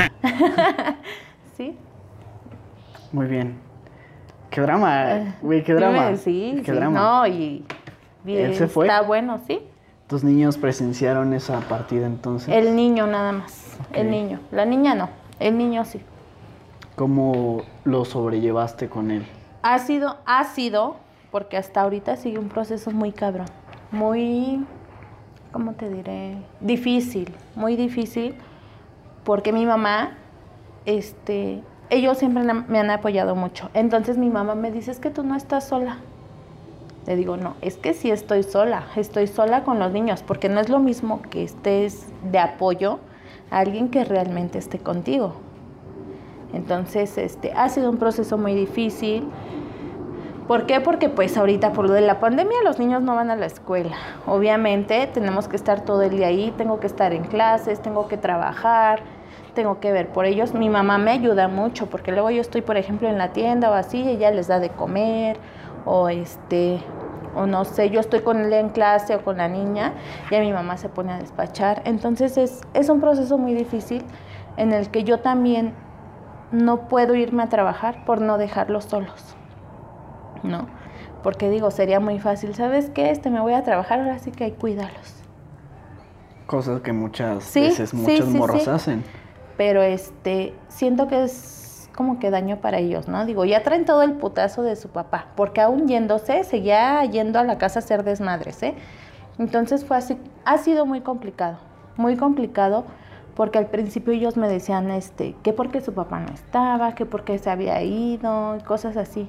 ¿Sí? Muy bien. Qué drama, güey, qué drama. Dime, Sí, qué sí. drama. No, y bien, ¿Él se fue? está bueno, ¿sí? Tus niños presenciaron esa partida entonces. El niño nada más. Ok. El niño. La niña no. El niño sí. ¿Cómo lo sobrellevaste con él? Ha sido, ha sido, porque hasta ahorita sigue un proceso muy cabrón, muy, ¿cómo te diré? Difícil, muy difícil, porque mi mamá, este, ellos siempre me han apoyado mucho. Entonces mi mamá me dice, es que tú no estás sola. Le digo, no, es que sí estoy sola, estoy sola con los niños, porque no es lo mismo que estés de apoyo a alguien que realmente esté contigo. Entonces, este, ha sido un proceso muy difícil. ¿Por qué? Porque pues ahorita por lo de la pandemia los niños no van a la escuela. Obviamente tenemos que estar todo el día ahí, tengo que estar en clases, tengo que trabajar, tengo que ver por ellos. Mi mamá me ayuda mucho porque luego yo estoy, por ejemplo, en la tienda o así, ella les da de comer o este, o no sé, yo estoy con él en clase o con la niña y a mi mamá se pone a despachar. Entonces es, es un proceso muy difícil en el que yo también no puedo irme a trabajar por no dejarlos solos. No, porque digo, sería muy fácil, ¿sabes qué? Este, me voy a trabajar, ahora sí que hay cuídalos. Cosas que muchas Sí, veces sí, muchos sí, morros sí. hacen. Pero este, siento que es como que daño para ellos, ¿no? Digo, ya traen todo el putazo de su papá, porque aún yéndose, seguía yendo a la casa a hacer desmadres, ¿eh? Entonces fue así, ha sido muy complicado, muy complicado, porque al principio ellos me decían, este, que porque su papá no estaba, que porque se había ido, y cosas así.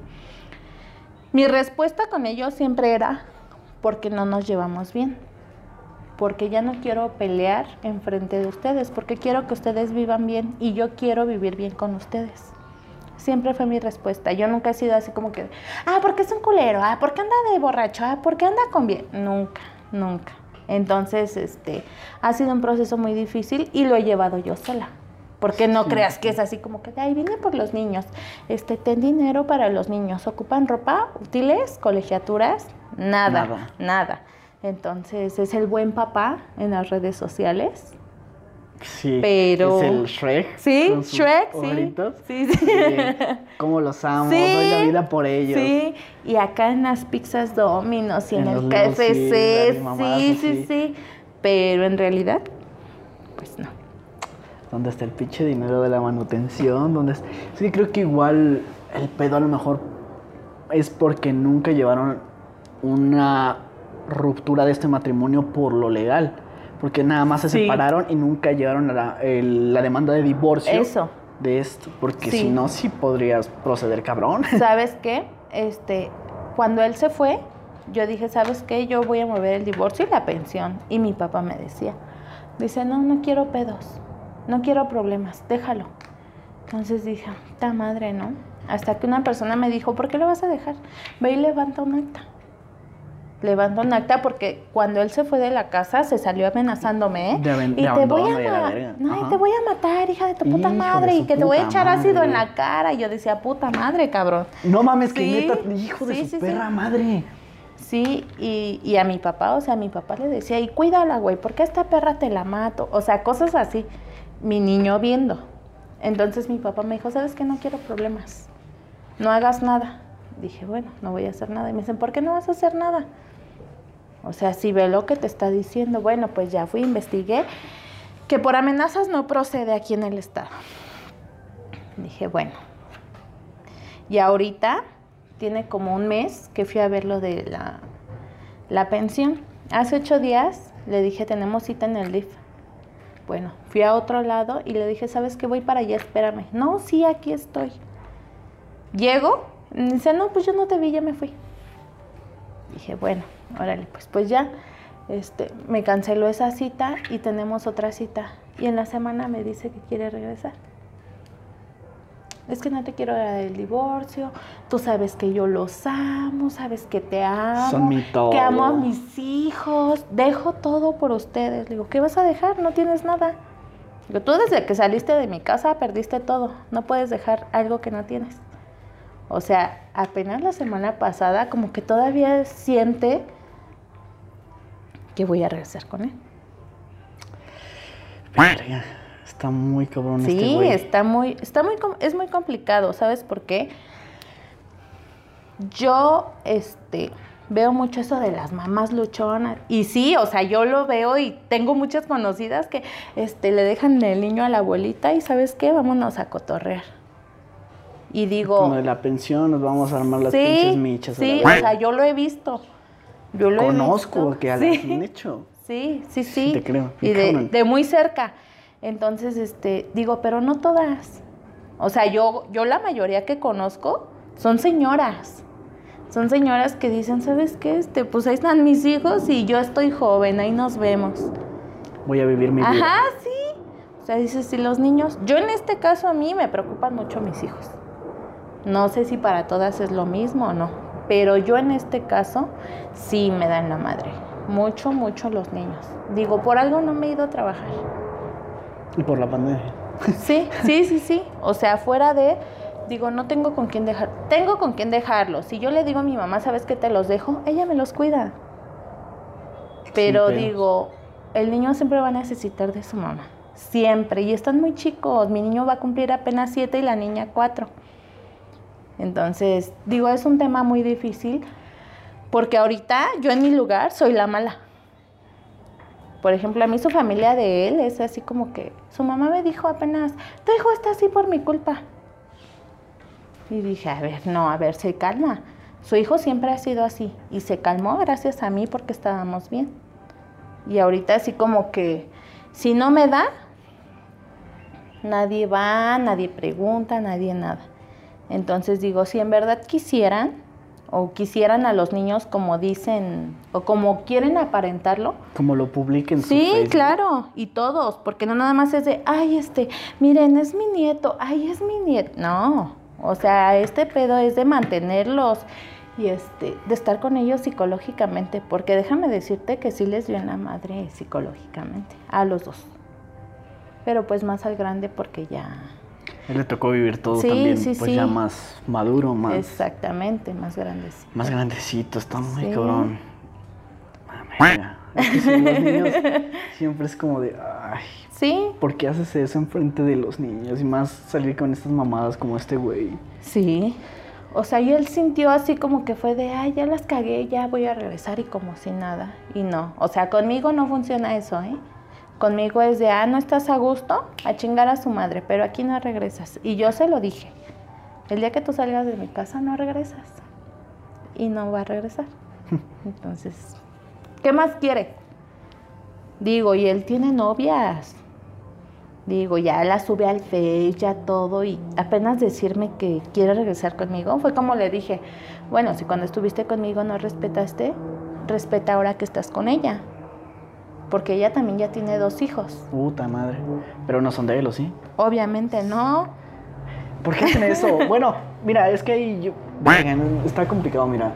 Mi respuesta con ellos siempre era, porque no nos llevamos bien, porque ya no quiero pelear enfrente de ustedes, porque quiero que ustedes vivan bien y yo quiero vivir bien con ustedes. Siempre fue mi respuesta. Yo nunca he sido así como que, ah, porque es un culero, ah, porque anda de borracho, ah, porque anda con bien. Nunca, nunca. Entonces, este, ha sido un proceso muy difícil y lo he llevado yo sola. Porque no Sí. creas que es así como que, ay, vine por los niños, este, ten dinero para los niños, ocupan ropa, útiles, colegiaturas, nada, Nada. nada. Entonces, es el buen papá en las redes sociales. Sí, Pero- es el Shrek. Sí, con sus Shrek, sí. ojitos. Sí, sí. Sí, cómo los amo, Sí, doy la vida por ellos. Sí, y acá en las pizzas Domino's y en, En el los K F Little C, Caesar y mamadas sí, sí, así. sí. Pero en realidad, pues no. ¿Dónde está el pinche dinero de la manutención? ¿Dónde está? Sí, creo que igual el pedo a lo mejor es porque nunca llevaron una ruptura de este matrimonio por lo legal. Porque nada más se Sí. separaron y nunca llevaron la, el- la demanda de divorcio. Eso. De esto. Porque Sí. si no, sí podrías proceder cabrón. ¿Sabes qué? Este, cuando él se fue, yo dije, ¿sabes qué? Yo voy a mover el divorcio y la pensión. Y mi papá me decía, dice, no, no quiero pedos, no quiero problemas, déjalo. Entonces dije, ¡ta madre!, ¿no? Hasta que una persona me dijo, ¿por qué lo vas a dejar? Ve y levanta un acta. Levanta un acta porque cuando él se fue de la casa se salió amenazándome, ¿eh? De aven- y de te voy abandono y a la a verga. ma- no, y Ajá. te voy a matar, hija de tu puta Hijo de madre, su y que te voy a puta echar ácido madre. en la cara. Y yo decía, puta madre, cabrón. No mames, que Sí, neta, hijo de sí, su sí, sí. perra madre. Sí, y, y a mi papá, o sea, a mi papá le decía, y cuídala, güey, porque a esta perra te la mato. O sea, cosas así. Mi niño viendo. Entonces mi papá me dijo, ¿sabes qué? No quiero problemas. No hagas nada. Dije, bueno, no voy a hacer nada. Y me dicen, ¿por qué no vas a hacer nada? O sea, si ve lo que te está diciendo. Bueno, pues ya fui, investigué, que por amenazas no procede aquí en el estado. Dije, bueno. Y ahorita tiene como un mes que fui a ver lo de la, la pensión. Hace ocho días le dije, tenemos cita en el D I F. Bueno, fui a otro lado y le dije, ¿sabes qué? Voy para allá, espérame. No, sí, aquí estoy. Llego, y dice, no, pues yo no te vi, ya me fui. Dije, bueno, órale, pues, pues ya. Este, me canceló esa cita y tenemos otra cita. Y en la semana me dice que quiere regresar. Es que no te quiero dar el divorcio, tú sabes que yo los amo, sabes que te amo, Son mi todo. que amo a mis hijos, dejo todo por ustedes. Le digo, ¿qué vas a dejar? No tienes nada. Digo, tú desde que saliste de mi casa perdiste todo, no puedes dejar algo que no tienes. O sea, apenas la semana pasada como que todavía siente que voy a regresar con él. Verga, está muy cabrón este Sí, güey. está muy, está muy, com- es muy complicado, ¿sabes por qué? Yo, este, veo mucho eso de las mamás luchonas. Y sí, o sea, yo lo veo y tengo muchas conocidas que, este, le dejan el niño a la abuelita y ¿sabes qué? Vámonos a cotorrear. Y digo... Con lo de la pensión nos vamos a armar las sí, pinches michas. a la sí, o verga. sea, yo lo he visto. Yo lo Conozco he visto. que Sí. lo han hecho. Sí, sí, sí. Sí, te creo. Y de, Cabrón. de muy cerca. Entonces, este, digo, pero no todas. O sea, yo, yo la mayoría que conozco son señoras. Son señoras que dicen, ¿sabes qué? Este, pues ahí están mis hijos y yo estoy joven, ahí nos vemos. Voy a vivir mi vida. Ajá, sí. O sea, dices, si los niños... Yo en este caso a mí me preocupan mucho mis hijos. No sé si para todas es lo mismo o no. Pero yo en este caso sí me dan la madre. Mucho, mucho los niños. Digo, por algo no me he ido a trabajar. Y por la pandemia. Sí, sí, sí, sí. O sea, fuera de... Digo, no tengo con quién dejar. Tengo con quién dejarlos. Si yo le digo a mi mamá, ¿sabes qué? Te los dejo. Ella me los cuida. Pero Sin pedos. digo, el niño siempre va a necesitar de su mamá. Siempre. Y están muy chicos. Mi niño va a cumplir apenas siete y la niña cuatro. Entonces, digo, es un tema muy difícil. Porque ahorita yo en mi lugar soy la mala. Por ejemplo, a mí su familia de él es así como que... Su mamá me dijo apenas, tu hijo está así por mi culpa. Y dije, a ver, no, a ver, se calma. Su hijo siempre ha sido así. Y se calmó gracias a mí porque estábamos bien. Y ahorita así como que, si no me da, nadie va, nadie pregunta, nadie nada. Entonces digo, si en verdad quisieran, o quisieran a los niños como dicen, o como quieren aparentarlo. Como lo publiquen en su Sí, Facebook. claro, y todos, porque no nada más es de, ay, este, miren, es mi nieto, ay, es mi nieto. No, o sea, este pedo es de mantenerlos y este, de estar con ellos psicológicamente, porque déjame decirte que sí les dio en la madre psicológicamente, a los dos. Pero pues más al grande porque ya... Él le tocó vivir todo Sí, también, sí, pues sí. ya más maduro, más, Exactamente, más grandes. más grandecito, está muy Sí. cabrón. Amiga, es que sí, los niños siempre es como de, ay, Sí, ¿por qué haces eso enfrente de los niños? Y más salir con estas mamadas como este güey. sí. O sea, y él sintió así como que fue de, ay, ya las cagué, ya voy a regresar y como si nada. Y no, o sea, conmigo no funciona eso, ¿eh? Conmigo es de, ah, no estás a gusto, a chingar a su madre, pero aquí no regresas. Y yo se lo dije, el día que tú salgas de mi casa no regresas. Y no va a regresar. Entonces, ¿qué más quiere? Digo, y él tiene novias. Digo, ya la sube al Face, ya todo, y apenas decirme que quiere regresar conmigo, fue como le dije, bueno, si cuando estuviste conmigo no respetaste, respeta ahora que estás con ella. Porque ella también ya tiene dos hijos. Puta madre. Pero no son de él, ¿o sí? Obviamente no. ¿Por qué hacen eso? Bueno, mira, es que ahí yo... Verga, está complicado, mira.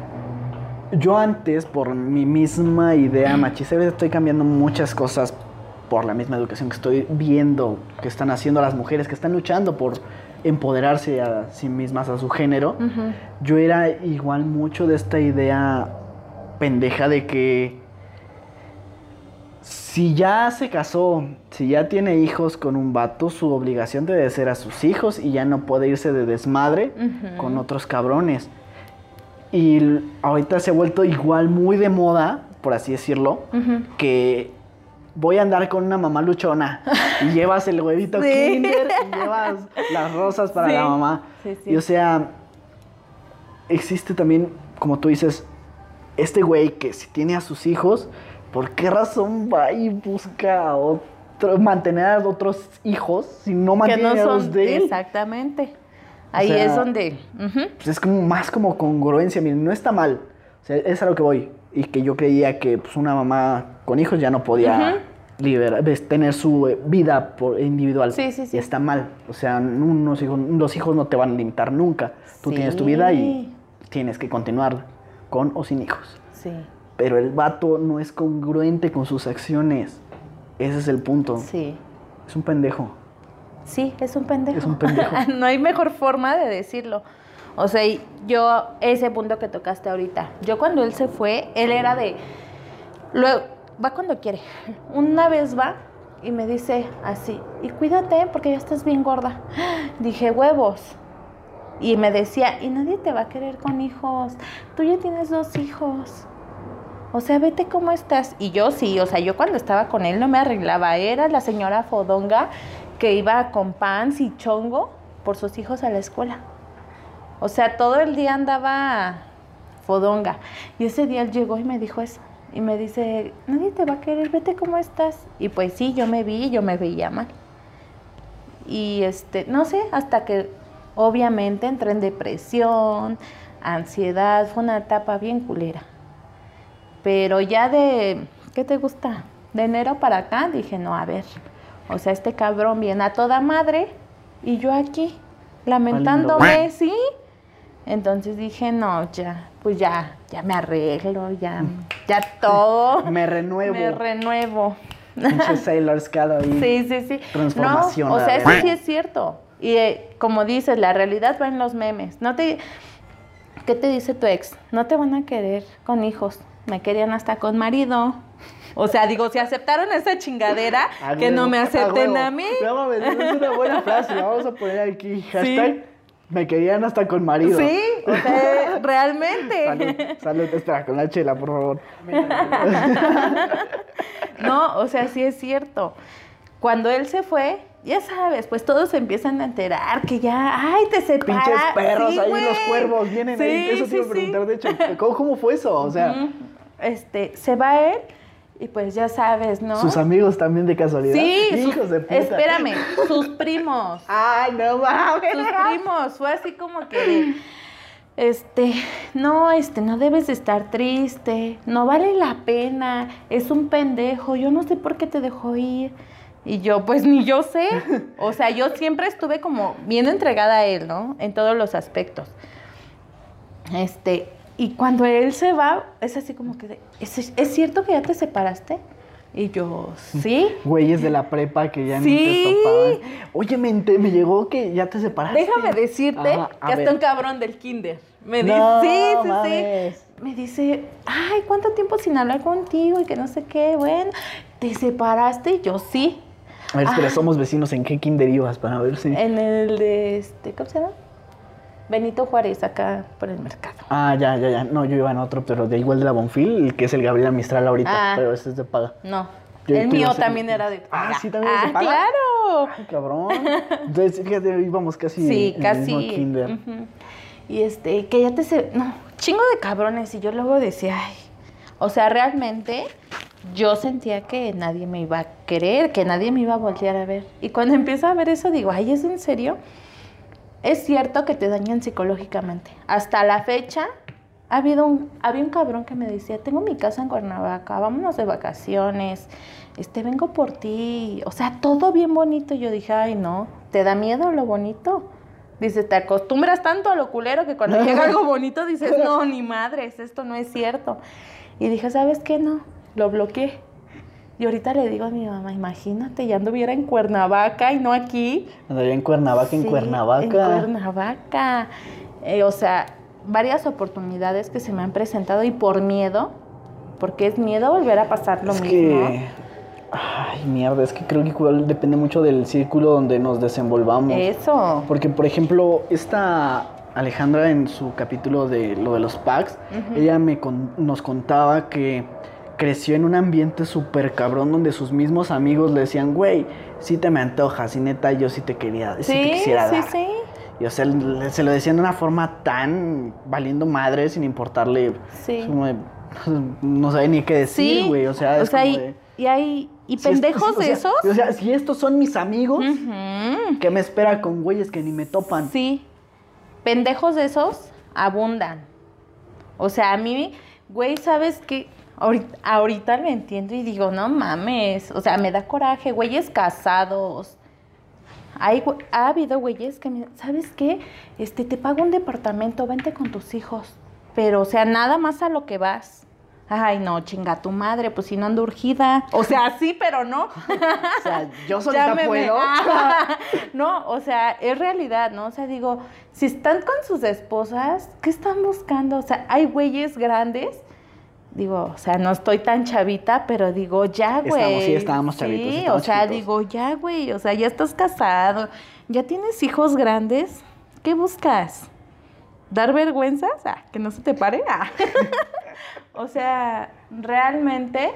Yo antes, por mi misma idea machista, estoy cambiando muchas cosas por la misma educación que estoy viendo que están haciendo las mujeres, que están luchando por empoderarse a sí mismas, a su género. Uh-huh. Yo era igual mucho de esta idea pendeja de que si ya se casó, si ya tiene hijos con un vato, su obligación debe ser a sus hijos y ya no puede irse de desmadre Uh-huh. con otros cabrones. Y l- ahorita se ha vuelto igual muy de moda, por así decirlo, Uh-huh. que voy a andar con una mamá luchona y llevas el huevito Sí. Kinder y llevas las rosas para Sí. la mamá. Sí, sí. Y o sea, existe también, como tú dices, este güey que si tiene a sus hijos, ¿por qué razón va y busca a otro, mantener a otros hijos si no Que mantiene no a los son, de él? exactamente. Ahí sea, es donde... ujú. Pues es como más como congruencia, miren, no está mal. O sea, es a lo que voy. Y que yo creía que pues, una mamá con hijos ya no podía liberar, ves, tener su eh, vida por- individual. Sí, sí, sí. Y está mal. O sea, unos hijos, los hijos no te van a limitar nunca. Tú Sí. tienes tu vida y tienes que continuar con o sin hijos. Sí, Pero el vato no es congruente con sus acciones. Ese es el punto. sí. Es un pendejo. Sí, es un pendejo. Es un pendejo. No hay mejor forma de decirlo. O sea, y yo, ese punto que tocaste ahorita, yo cuando él se fue, él era de, luego, va cuando quiere. Una vez va y me dice así, y cuídate porque ya estás bien gorda. Dije, huevos. Y me decía, y nadie te va a querer con hijos. Tú ya tienes dos hijos. O sea, vete cómo estás. Y yo sí, o sea, yo cuando estaba con él no me arreglaba. Era la señora fodonga que iba con pants y chongo por sus hijos a la escuela. O sea, todo el día andaba fodonga. Y ese día él llegó y me dijo eso. Y me dice, nadie te va a querer, vete cómo estás. Y pues sí, yo me vi, yo me veía mal. Y este, no sé, hasta que obviamente entré en depresión, ansiedad, fue una etapa bien culera. Pero ya de, ¿qué te gusta? De enero para acá dije, no, a ver, o sea, este cabrón viene a toda madre y yo aquí, lamentándome, ¿sí? Entonces dije, no, ya, pues ya, ya me arreglo, ya, ya todo. Me renuevo. Me renuevo. Pinche Sailor Scala ahí. Sí, sí, sí. Transformación. No, o sea, a eso ver. sí es cierto. Y eh, como dices, la realidad va en los memes. No te, ¿qué te dice tu ex? No te van a querer con hijos. Me querían hasta con marido. O sea, digo, si aceptaron esa chingadera, A que huevo, no me acepten huevo. a mí. No mames, es una buena frase. La vamos a poner aquí. Hashtag, me querían hasta con marido. Sí, o sea, realmente. Salud, salud. Espera, con la chela, por favor. No, o sea, sí es cierto. Cuando él se fue, ya sabes, pues todos se empiezan a enterar que ya, ay, te separas. Pinches perros Sí, ahí, güey. los cuervos, vienen Sí, ahí. Eso te iba a sí, preguntar, sí. de hecho. ¿Cómo, cómo fue eso? O sea, Ujú. Este, se va él y pues ya sabes, ¿no? sus amigos también de casualidad. Sí, sus- Hijos de puta. espérame, sus primos. Ay, no mames. Sus primos, fue así como que de, este, no, este, no debes de estar triste, no vale la pena, es un pendejo, yo no sé por qué te dejó ir. Y yo, pues ni yo sé. O sea, yo siempre estuve como bien entregada a él, ¿no? En todos los aspectos. Este, y cuando él se va, es así como que, de, ¿es, ¿es cierto que ya te separaste? Y yo, sí. Güeyes de la prepa que ya Sí. ni te topaban. Oye, me, ente- me llegó que ya te separaste. Déjame decirte Ajá, a que hasta ver. un cabrón del kinder me dice, No, sí, sí, mames. sí. Me dice, ay, ¿cuánto tiempo sin hablar contigo? Y que no sé qué, bueno, ¿te separaste? Y yo, sí. A ver, espera, Ah. somos vecinos. ¿En qué kinder ibas? Para ver si... En el de, este, ¿cómo se llama? Benito Juárez, acá por el mercado. Ah, ya, ya, ya. No, yo iba en otro, pero de igual de la Bonfil, el que es el Gabriela Mistral ahorita. Ah. Pero ese es de paga. No, Yo- el tú mío ibas en- también era de Ah, paga. ¿sí también es de Ah, paga? claro. Ay, cabrón. Entonces, fíjate, íbamos casi Sí, en casi. el mismo kinder. Ujú. Y este, que ya te se... No, chingo de cabrones. Y yo luego decía, ay... O sea, realmente yo sentía que nadie me iba a querer, que nadie me iba a voltear a ver. Y cuando empiezo a ver eso, digo, ay, ¿es en serio? Es cierto que te dañan psicológicamente. Hasta la fecha, ha habido un, había un cabrón que me decía, tengo mi casa en Cuernavaca, vámonos de vacaciones, este, vengo por ti. O sea, todo bien bonito. Yo dije, ay, no, ¿te da miedo lo bonito? Dice, te acostumbras tanto a lo culero que cuando llega algo bonito dices, no, ni madres, esto no es cierto. Y dije, ¿sabes qué? No, lo bloqueé. Y ahorita le digo a mi mamá, imagínate, ya anduviera en Cuernavaca y no aquí. Andaría en Cuernavaca, en Sí, Cuernavaca. En Cuernavaca. Eh, o sea, varias oportunidades que se me han presentado y por miedo, porque es miedo volver a pasar lo es mismo. que... Ay, mierda, es que creo que igual depende mucho del círculo donde nos desenvolvamos. Eso. Porque, por ejemplo, esta Alejandra en su capítulo de lo de los packs, Ujú. ella me con- nos contaba que creció en un ambiente súper cabrón donde sus mismos amigos le decían, güey, sí te me antojas, y neta yo sí te quería, sí, te Sí, quisiera sí, dar. sí. Y o sea, le- se lo decían de una forma tan valiendo madre, sin importarle, Sí. es como de, no sabe ni qué decir, Sí. güey, o sea, es como y, de... y hay y si es- pendejos o de sea, esos. O sea, si estos son mis amigos, Ujú. ¿qué me espera con güeyes que ni me topan? Sí, pendejos de esos abundan. O sea, a mí, güey, ¿sabes qué? Ahorita, ahorita lo entiendo y digo, no mames. O sea, me da coraje, güeyes casados. Hay, güe- ha habido güeyes que me, ¿sabes qué? Este, te pago un departamento, vente con tus hijos. Pero, o sea, nada más a lo que vas. Ay, no, chinga tu madre, pues si no ando urgida. O sea, sí, pero no. O sea, yo solita Llámeme. puedo. No, o sea, es realidad, ¿no? O sea, digo, si están con sus esposas, ¿qué están buscando? O sea, hay güeyes grandes. Digo, o sea, no estoy tan chavita, pero digo, ya, güey. Estamos, sí, estábamos chavitos, Sí, estábamos o sea, chiquitos. digo, ya, güey. O sea, ya estás casado, ya tienes hijos grandes. ¿Qué buscas? ¿Dar vergüenza? O sea, que no se te pare. Ah. O sea, realmente,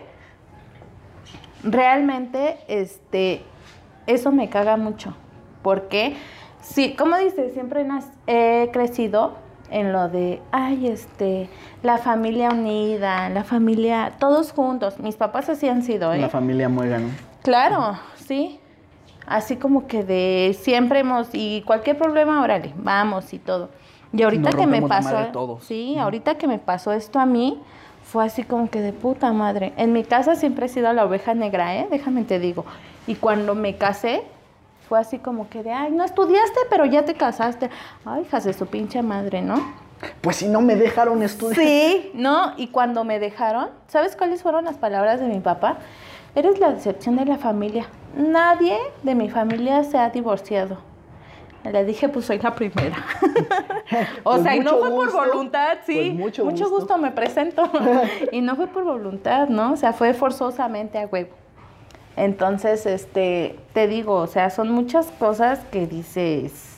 realmente, este, eso me caga mucho. Porque, sí, como dices, siempre nas- he crecido en lo de, ay, este, la familia unida, la familia, todos juntos. Mis papás así han sido, ¿eh? La familia Muégano. Claro, sí. Así como que de siempre hemos, y cualquier problema, órale, vamos y todo. Y ahorita Nos que me rompemos la pasó, madre todos. sí, ahorita que me pasó esto a mí, fue así como que de puta madre. En mi casa siempre he sido la oveja negra, ¿eh? Déjame te digo. Y cuando me casé, fue así como que de, ay, no estudiaste, pero ya te casaste. Ay, hijas de su pinche madre, ¿no? Pues si no me dejaron estudiar. Sí, ¿no? Y cuando me dejaron, ¿sabes cuáles fueron las palabras de mi papá? Eres la decepción de la familia. Nadie de mi familia se ha divorciado. Le dije, pues soy la primera. O Pues sea, y no mucho fue por gusto. voluntad, sí. Pues mucho mucho gusto. gusto. me presento. Y no fue por voluntad, ¿no? O sea, fue forzosamente a huevo. Entonces, este, te digo, o sea, son muchas cosas que dices,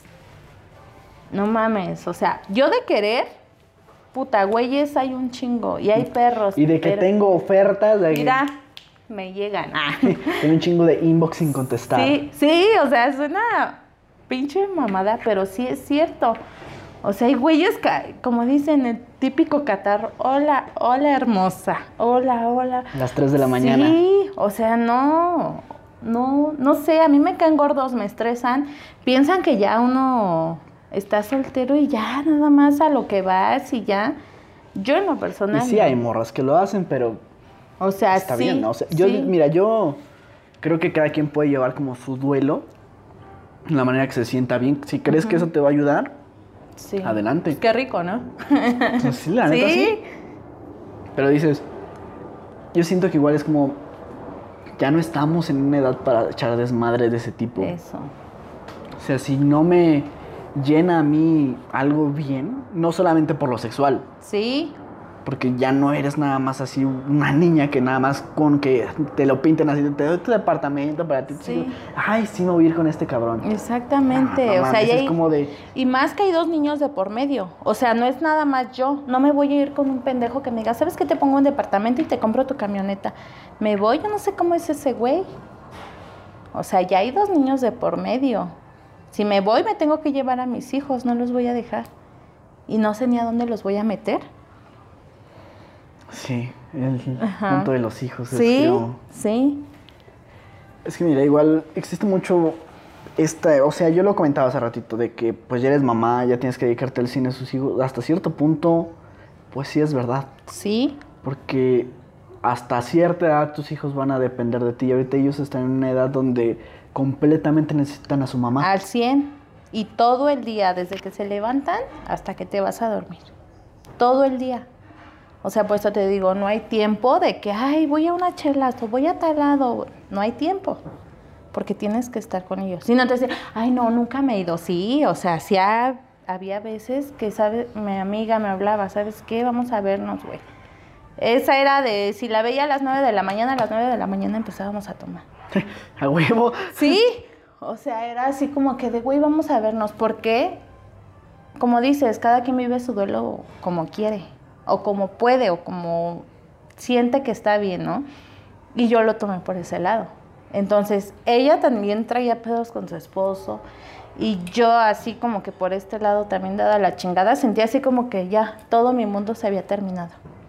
no mames, o sea, yo de querer, puta, güeyes hay un chingo y hay perros. Y de que pero- tengo ofertas. De que Mira, me llegan. Ah. tengo un chingo de inbox sin contestar. Sí, sí, o sea, es una pinche mamada, pero sí es cierto. O sea, hay güeyes, ca- como dicen, el típico catarro, hola, hola hermosa, hola, hola. Las tres de la mañana. Sí, o sea, no, no, no sé, a mí me caen gordos, me estresan, piensan que ya uno está soltero y ya nada más a lo que vas y ya. Yo en lo Y personal. sí no. hay morras que lo hacen, pero O sea, está sí. bien, ¿no? O sea, yo, sí. mira, yo creo que cada quien puede llevar como su duelo de la manera que se sienta bien. Si crees que eso te va a ayudar, Sí. adelante. Pues qué rico, ¿no? pues sí, la neta sí. Pero dices, yo siento que igual es como, ya no estamos en una edad para echar desmadre de ese tipo. Eso. O sea, si no me llena a mí algo bien, no solamente por lo sexual, Sí, porque ya no eres nada más así una niña que nada más con que te lo pinten así, te doy tu departamento para ti. Sí. Ay, sí me voy a ir con este cabrón. exactamente. No, no o sea, mames, y, es hay- como de, y más que hay dos niños de por medio. O sea, no es nada más yo. No me voy a ir con un pendejo que me diga, ¿sabes qué? Te pongo un departamento y te compro tu camioneta. Me voy, yo no sé cómo es ese güey. O sea, ya hay dos niños de por medio. Si me voy, me tengo que llevar a mis hijos, no los voy a dejar. Y no sé ni a dónde los voy a meter. sí, el Ajá. punto de los hijos. Es Sí, que, sí. es que mira, igual existe mucho esta, o sea, yo lo comentaba hace ratito, de que pues ya eres mamá, ya tienes que dedicarte al cine a sus hijos, hasta cierto punto, pues sí es verdad, Sí, porque hasta cierta edad tus hijos van a depender de ti, y ahorita ellos están en una edad donde completamente necesitan a su mamá. al cien. Y todo el día, desde que se levantan hasta que te vas a dormir. Todo el día. O sea, por eso te digo, no hay tiempo de que, ay, voy a una chelas o voy a tal lado. No hay tiempo. Porque tienes que estar con ellos. Si no te dicen, ay, no, nunca me he ido. Sí, o sea, sí ha- había veces que, ¿sabes? Mi amiga me hablaba, ¿sabes qué? Vamos a vernos, güey. Esa era de, si la veía a las nueve de la mañana, a las nueve de la mañana empezábamos a tomar. A huevo. Sí, o sea, era así como que de, güey, vamos a vernos. ¿Por qué? Como dices, cada quien vive su duelo como quiere, o como puede, o como siente que está bien, ¿no? Y yo lo tomé por ese lado. Entonces, ella también traía pedos con su esposo, y yo así como que por este lado también dada la chingada, sentía así como que ya todo mi mundo se había terminado.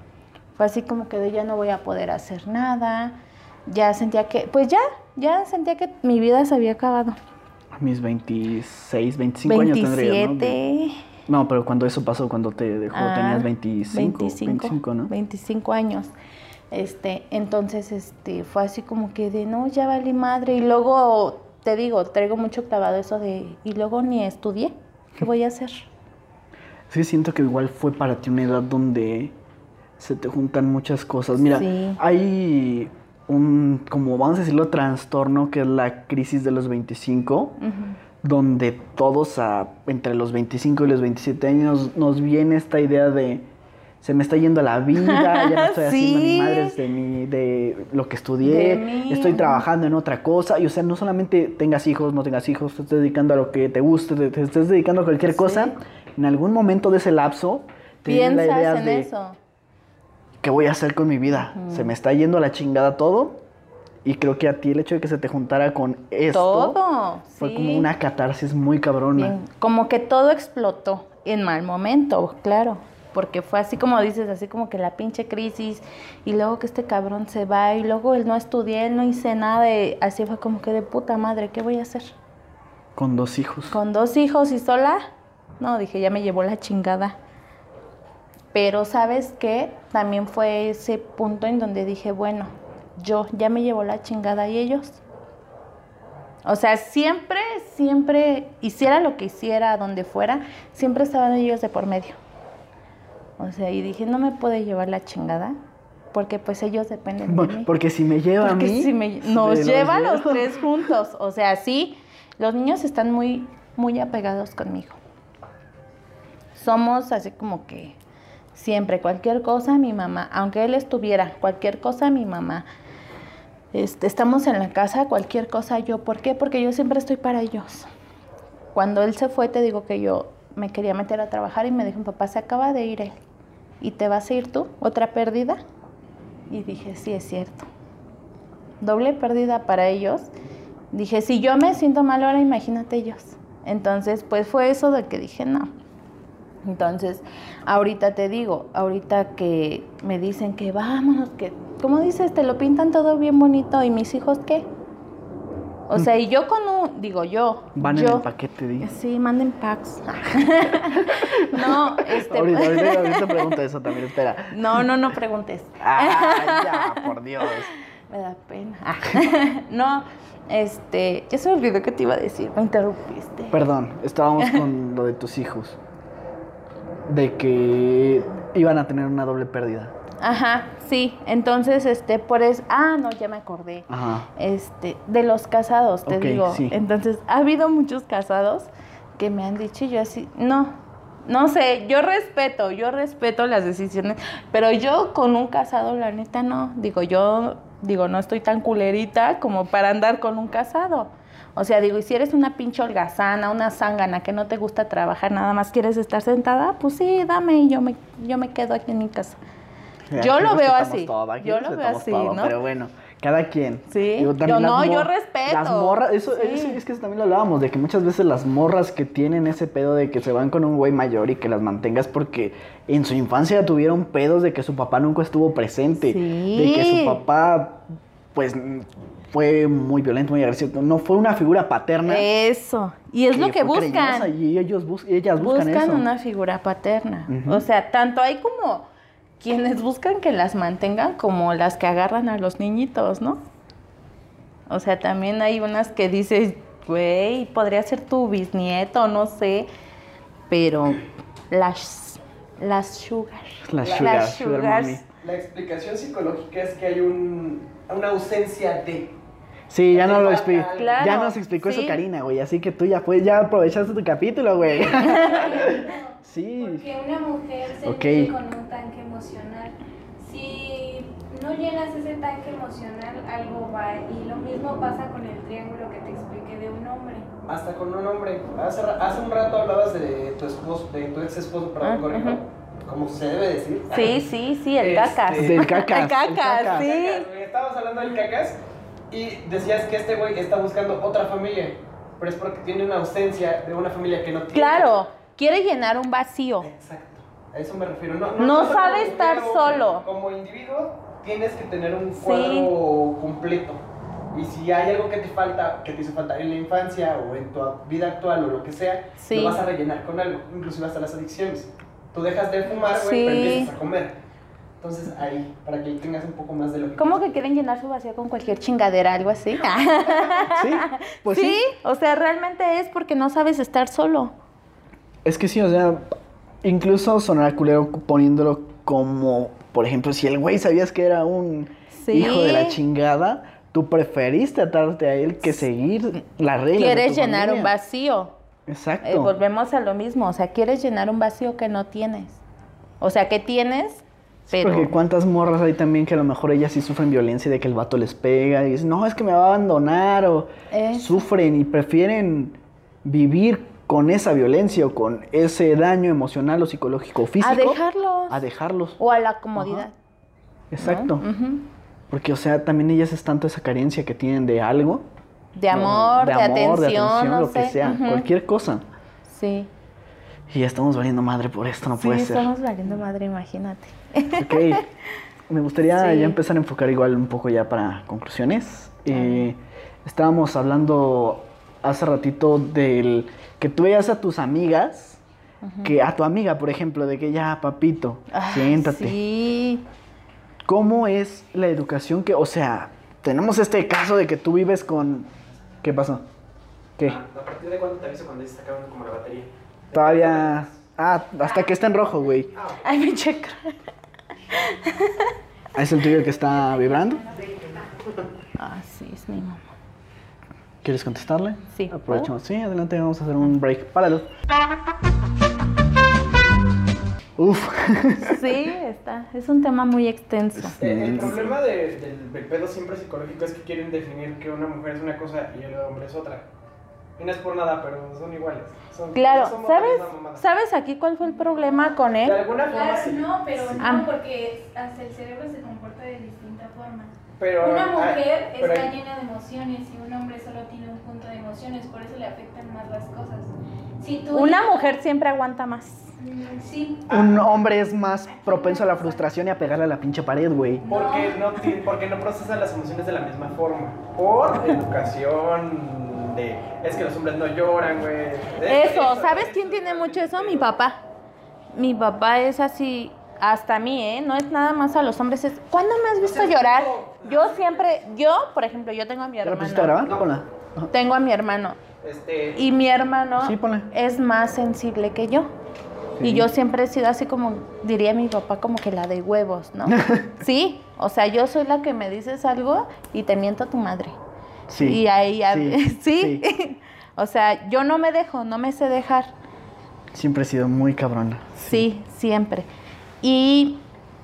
Fue así como que de ya no voy a poder hacer nada, ya sentía que, pues ya, ya sentía que mi vida se había acabado. A mis veintiséis, veinticinco años tendría, ¿no? veintisiete. No, pero cuando eso pasó, cuando te dejó, Ah, tenías veinticinco, veinticinco, ¿no? veinticinco años. Este, entonces, este, fue así como que de, no, ya valí madre. Y luego, te digo, traigo mucho clavado eso de, y luego ni estudié. ¿Qué voy a hacer? Sí, siento que igual fue para ti una edad donde se te juntan muchas cosas. Mira, Sí. hay un, como vamos a decirlo, trastorno que es la crisis de los veinticinco, Ujú. donde todos a, entre los veinticinco y los veintisiete años nos viene esta idea de se me está yendo la vida, ya no estoy haciendo ni Sí. madres de, mi, de lo que estudié, De mí. estoy trabajando en otra cosa. Y o sea, no solamente tengas hijos, no tengas hijos, te estés dedicando a lo que te guste, te, te estés dedicando a cualquier Sí. cosa, en algún momento de ese lapso, te viene la Piensas idea en de eso. ¿qué voy a hacer con mi vida? Se me está yendo a la chingada todo Y creo que a ti el hecho de que se te juntara con esto Todo, fue sí. como una catarsis muy cabrona. Bien, como que todo explotó en mal momento, claro. Porque fue así como dices, así como que la pinche crisis. Y luego que este cabrón se va. Y luego él no estudié, él no hice nada. Y así fue como que de puta madre, ¿qué voy a hacer? Con dos hijos. Con dos hijos y sola. No, dije, ya me llevó la chingada. Pero ¿sabes qué? También fue ese punto en donde dije, bueno, yo ya me llevó la chingada y ellos. O sea, siempre, siempre, hiciera lo que hiciera, donde fuera, siempre estaban ellos de por medio. O sea, y dije, no me puede llevar la chingada, porque pues ellos dependen de mí. Porque si me lleva Porque a mí... si me, nos se lleva a lleva. los tres juntos. O sea, sí, los niños están muy, muy apegados conmigo. Somos así como que siempre, cualquier cosa, mi mamá, aunque él estuviera, cualquier cosa, mi mamá. Este, estamos en la casa, cualquier cosa, yo. ¿Por qué? Porque yo siempre estoy para ellos. Cuando él se fue, te digo que yo me quería meter a trabajar y me dijo, papá, se acaba de ir él. ¿Y te vas a ir tú? ¿Otra pérdida? Y dije, sí, es cierto. Doble pérdida para ellos. Dije, si yo me siento mal ahora, imagínate ellos. Entonces, pues fue eso de que dije, no. Entonces, ahorita te digo, ahorita que me dicen que vámonos, que, ¿cómo dices? Te lo pintan todo bien bonito, ¿y mis hijos qué? O sea, y yo con un, digo yo. Van yo, en el paquete, di. Sí, manden packs. No, este. Ahorita, ahorita, ahorita pregunto eso también, espera. No, no, no preguntes. Ah, ya, por Dios. Me da pena. No, este, ya se me olvidó que te iba a decir, me interrumpiste. Perdón, estábamos con lo de tus hijos. De que iban a tener una doble pérdida. Ajá, sí, entonces, este, por eso, ah, no, ya me acordé. Ajá. Este, de los casados, te Ok, digo. sí. Entonces, ha habido muchos casados que me han dicho, y yo así, no, no sé, yo respeto, yo respeto las decisiones, pero yo con un casado, la neta, no. Digo, yo, digo, no estoy tan culerita como para andar con un casado. O sea, digo, y si eres una pinche holgazana, una zángana que no te gusta trabajar, nada más quieres estar sentada, pues sí, dame y yo me, yo me quedo aquí en mi casa. Yo Aquí lo veo respetamos así. todo, aquí Yo lo veo respetamos así, todo, ¿no? Pero bueno, cada quien. Sí. Digo, también Yo las no, yo mor- respeto. Las morras, eso, Sí. eso es que también lo hablábamos, de que muchas veces las morras que tienen ese pedo de que se van con un güey mayor y que las mantengas porque en su infancia tuvieron pedos de que su papá nunca estuvo presente. Sí. De que su papá, pues, fue muy violento, muy agresivo. No fue una figura paterna. Eso. Y es lo que fue cariñosa, buscan. y ellos bus- ellas buscan, Buscan eso. una figura paterna. Ujú. O sea, tanto hay como quienes buscan que las mantengan como las que agarran a los niñitos, ¿no? O sea, también hay unas que dices, güey, podría ser tu bisnieto, no sé. Pero las, las sugar. Las sugar, Las sugar sugars. mommy. La explicación psicológica es que hay un, una ausencia de... Sí, ya Te no lo falta explicó. algo. Claro, Ya nos explicó sí. eso Karina, güey. Así que tú ya fue, ya aprovechaste tu capítulo, güey. Sí. Porque una mujer se Ok. vive con un tanque emocional. Si no llenas ese tanque emocional, algo va. Y lo mismo pasa con el triángulo que te expliqué de un hombre. Hasta con un hombre. Hace, ra- hace un rato hablabas de tu esposo, de tu ex esposo, perdón, Ah, corrijo. ujú. Como se debe decir. Sí, sí, sí, el Este, cacas. Del cacas, El el cacas, cacas. sí. Cacas, güey. Estábamos hablando del cacas y decías que este güey está buscando otra familia. Pero es porque tiene una ausencia de una familia que no tiene. Claro, quiere llenar un vacío. Exacto. A eso me refiero. No, No tanto sabe como estar mujer o solo. hombre. Como individuo tienes que tener un Sí. cuadro completo. Y si hay algo que te falta, que te hizo falta en la infancia o en tu vida actual o lo que sea, Sí. lo vas a rellenar con algo, inclusive hasta las adicciones. Tú dejas de fumar, güey, Sí. pero empiezas a comer. Entonces ahí, para que tengas un poco más de lo que... ¿Cómo que quieren llenar su vacío con cualquier chingadera, algo así? Sí, pues sí. sí, o sea, realmente es porque no sabes estar solo. Es que sí, o sea, incluso sonará culero poniéndolo como, por ejemplo, si el güey sabías que era un Sí. hijo de la chingada, tú preferiste atarte a él que seguir las reglas de Quieres tu llenar familia. un vacío. Exacto. Eh, volvemos a lo mismo, o sea, quieres llenar un vacío que no tienes. O sea, que tienes, pero... Porque cuántas morras hay también que a lo mejor ellas sí sufren violencia de que el vato les pega y dicen, no, es que me va a abandonar o Eso. sufren y prefieren vivir con esa violencia o con ese daño emocional o psicológico o físico. A dejarlos. A dejarlos. O a la comodidad. Exacto. ¿no? Ujú. Porque, o sea, también ellas es tanto esa carencia que tienen de algo. De amor, de, de, amor, atención, de atención, no lo sé. que sea, Ujú. cualquier cosa. Sí. Y ya estamos valiendo madre por esto, no Sí, puede ser. estamos valiendo madre, imagínate. Ok, me gustaría Sí. ya empezar a enfocar igual un poco ya para conclusiones. Eh, estábamos hablando hace ratito del que tú veías a tus amigas, que a tu amiga, por ejemplo, de que ya, papito, Ay, siéntate. Sí. ¿Cómo es la educación que, o sea, tenemos este caso de que tú vives con... ¿Qué pasó? ¿Qué? Ah, ¿a partir de cuándo te aviso cuando ya se está acabando como la batería? Todavía... Ah, hasta que está en rojo, güey. Ay, me checa. ¿Es el tuyo el que está vibrando? Ah, sí, es mi mamá. ¿Quieres contestarle? Sí. Aprovechamos. Sí, adelante, vamos a hacer un break. Páralo. Uf. Sí, está. Es un tema muy extenso. Eh, el problema de- del, del pedo siempre psicológico es que quieren definir que una mujer es una cosa y el hombre es otra. Y no es por nada, pero son iguales. Son, Claro, somos la ¿sabes? misma mamada. ¿Sabes aquí cuál fue el problema con De él? alguna forma Claro, sí. no, pero no, Ah. porque hasta el cerebro se comporta de distinta forma. Pero, Una ah, mujer pero está hay- llena de emociones y un hombre solo tiene un punto de emociones, por eso le afectan más las cosas. Si tú Una mujer siempre aguanta más. Mm, sí, Un hombre es más propenso a la frustración y a pegarle a la pinche pared, güey. Porque no, ti- porque no procesan las emociones de la misma forma. Por educación de... Es que los hombres no lloran, güey. Eso, ¿sabes quién tiene mucho eso? Mi papá. Mi papá es así, hasta a mí, ¿eh? No es nada más a los hombres, es... ¿Cuándo me has visto llorar? Yo siempre, yo, por ejemplo, yo tengo a mi ¿Ya la pusiste a hermano. grabar? No. Ponla. Ajá. Tengo a mi hermano. Este... Y mi hermano Sí, ponle. es más sensible que yo. Sí. Y yo siempre he sido así como, diría mi papá, como que la de huevos, ¿no? Sí, o sea, yo soy la que me dices algo y te miento a tu madre. Sí. Y ahí, a- Sí. sí. sí. O sea, yo no me dejo, no me sé dejar. Siempre he sido muy cabrona. Sí, siempre. Y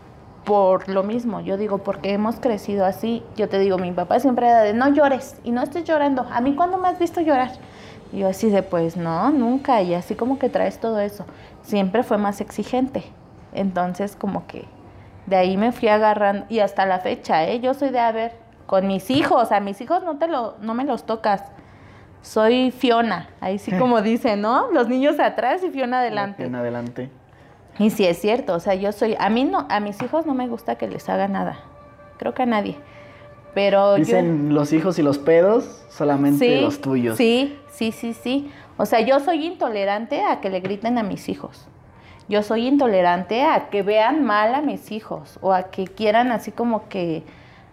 por lo mismo, yo digo, porque hemos crecido así, yo te digo, mi papá siempre era de, no llores y no estés llorando. ¿A mí cuándo me has visto llorar? Y yo así de, pues no, nunca. Y así como que traes todo eso. Siempre fue más exigente. Entonces como que de ahí me fui agarrando. Y hasta la fecha, ¿eh? Yo soy de, a ver, con mis hijos, a mis hijos no, te lo, no me los tocas. Soy Fiona, ahí sí como dicen, ¿no? Los niños atrás y Fiona adelante. En adelante. Y sí es cierto, o sea, yo soy, a mí no, a mis hijos no me gusta que les haga nada. Creo que a nadie. Pero Dicen los hijos y los pedos, solamente yo, sí, los tuyos. Sí, sí, sí, sí. O sea, yo soy intolerante a que le griten a mis hijos. Yo soy intolerante a que vean mal a mis hijos o a que quieran así como que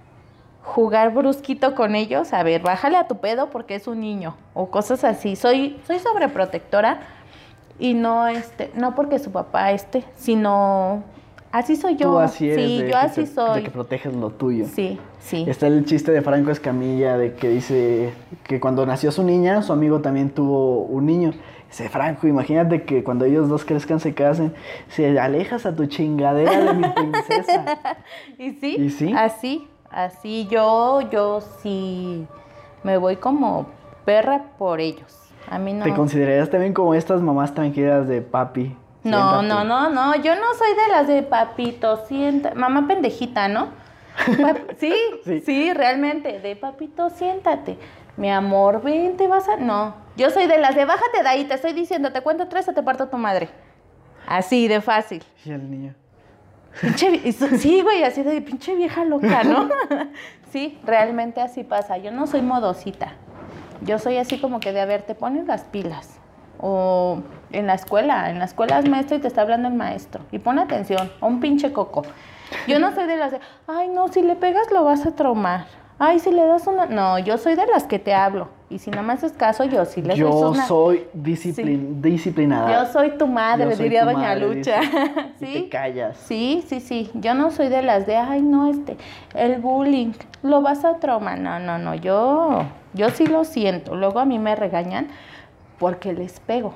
jugar brusquito con ellos. A ver, bájale a tu pedo porque es un niño o cosas así. Soy, soy sobreprotectora y no este, no porque su papá esté, sino así soy yo. Tú así eres. Sí, de yo que así te- soy. De que proteges lo tuyo. Sí, sí. Está el chiste de Franco Escamilla de que dice que cuando nació su niña, su amigo también tuvo un niño. Dice, Franco, imagínate que cuando ellos dos crezcan, se casen, se alejas a tu chingadera de mi princesa. ¿Y sí? ¿Y sí? Así, así yo, yo sí me voy como perra por ellos. A mí no. ¿Te considerarías también como estas mamás tranquilas de papi? No, Siéntate. no, no, no, yo no soy de las de papito, sienta, mamá pendejita, ¿no? Pap- sí, Sí. sí, realmente, de papito, siéntate. Mi amor, ven, te vas a... No, yo soy de las de bájate de ahí, te estoy diciendo, te cuento tres o te parto tu madre. Así, de fácil. Y el niño. Pinche, vi- sí, güey, así de pinche vieja loca, ¿no? Sí, realmente así pasa. Yo no soy modosita. Yo soy así como que de, a ver, te pones las pilas. O en la escuela, en la escuela es maestro y te está hablando el maestro. Y pon atención, o un pinche coco. Yo no soy de las de, ay, no, si le pegas lo vas a traumar. Ay, si le das una... No, yo soy de las que te hablo. Y si no me haces caso, yo sí les doy Yo una... soy disciplin- disciplinada. Yo soy tu madre, Yo soy diría tu doña madre, Lucha. dice. Y ¿Sí? te callas. Sí, sí, sí. Yo no soy de las de, ay, no, este, el bullying, lo vas a traumar. No, no, no, yo, yo sí lo siento. Luego a mí me regañan porque les pego.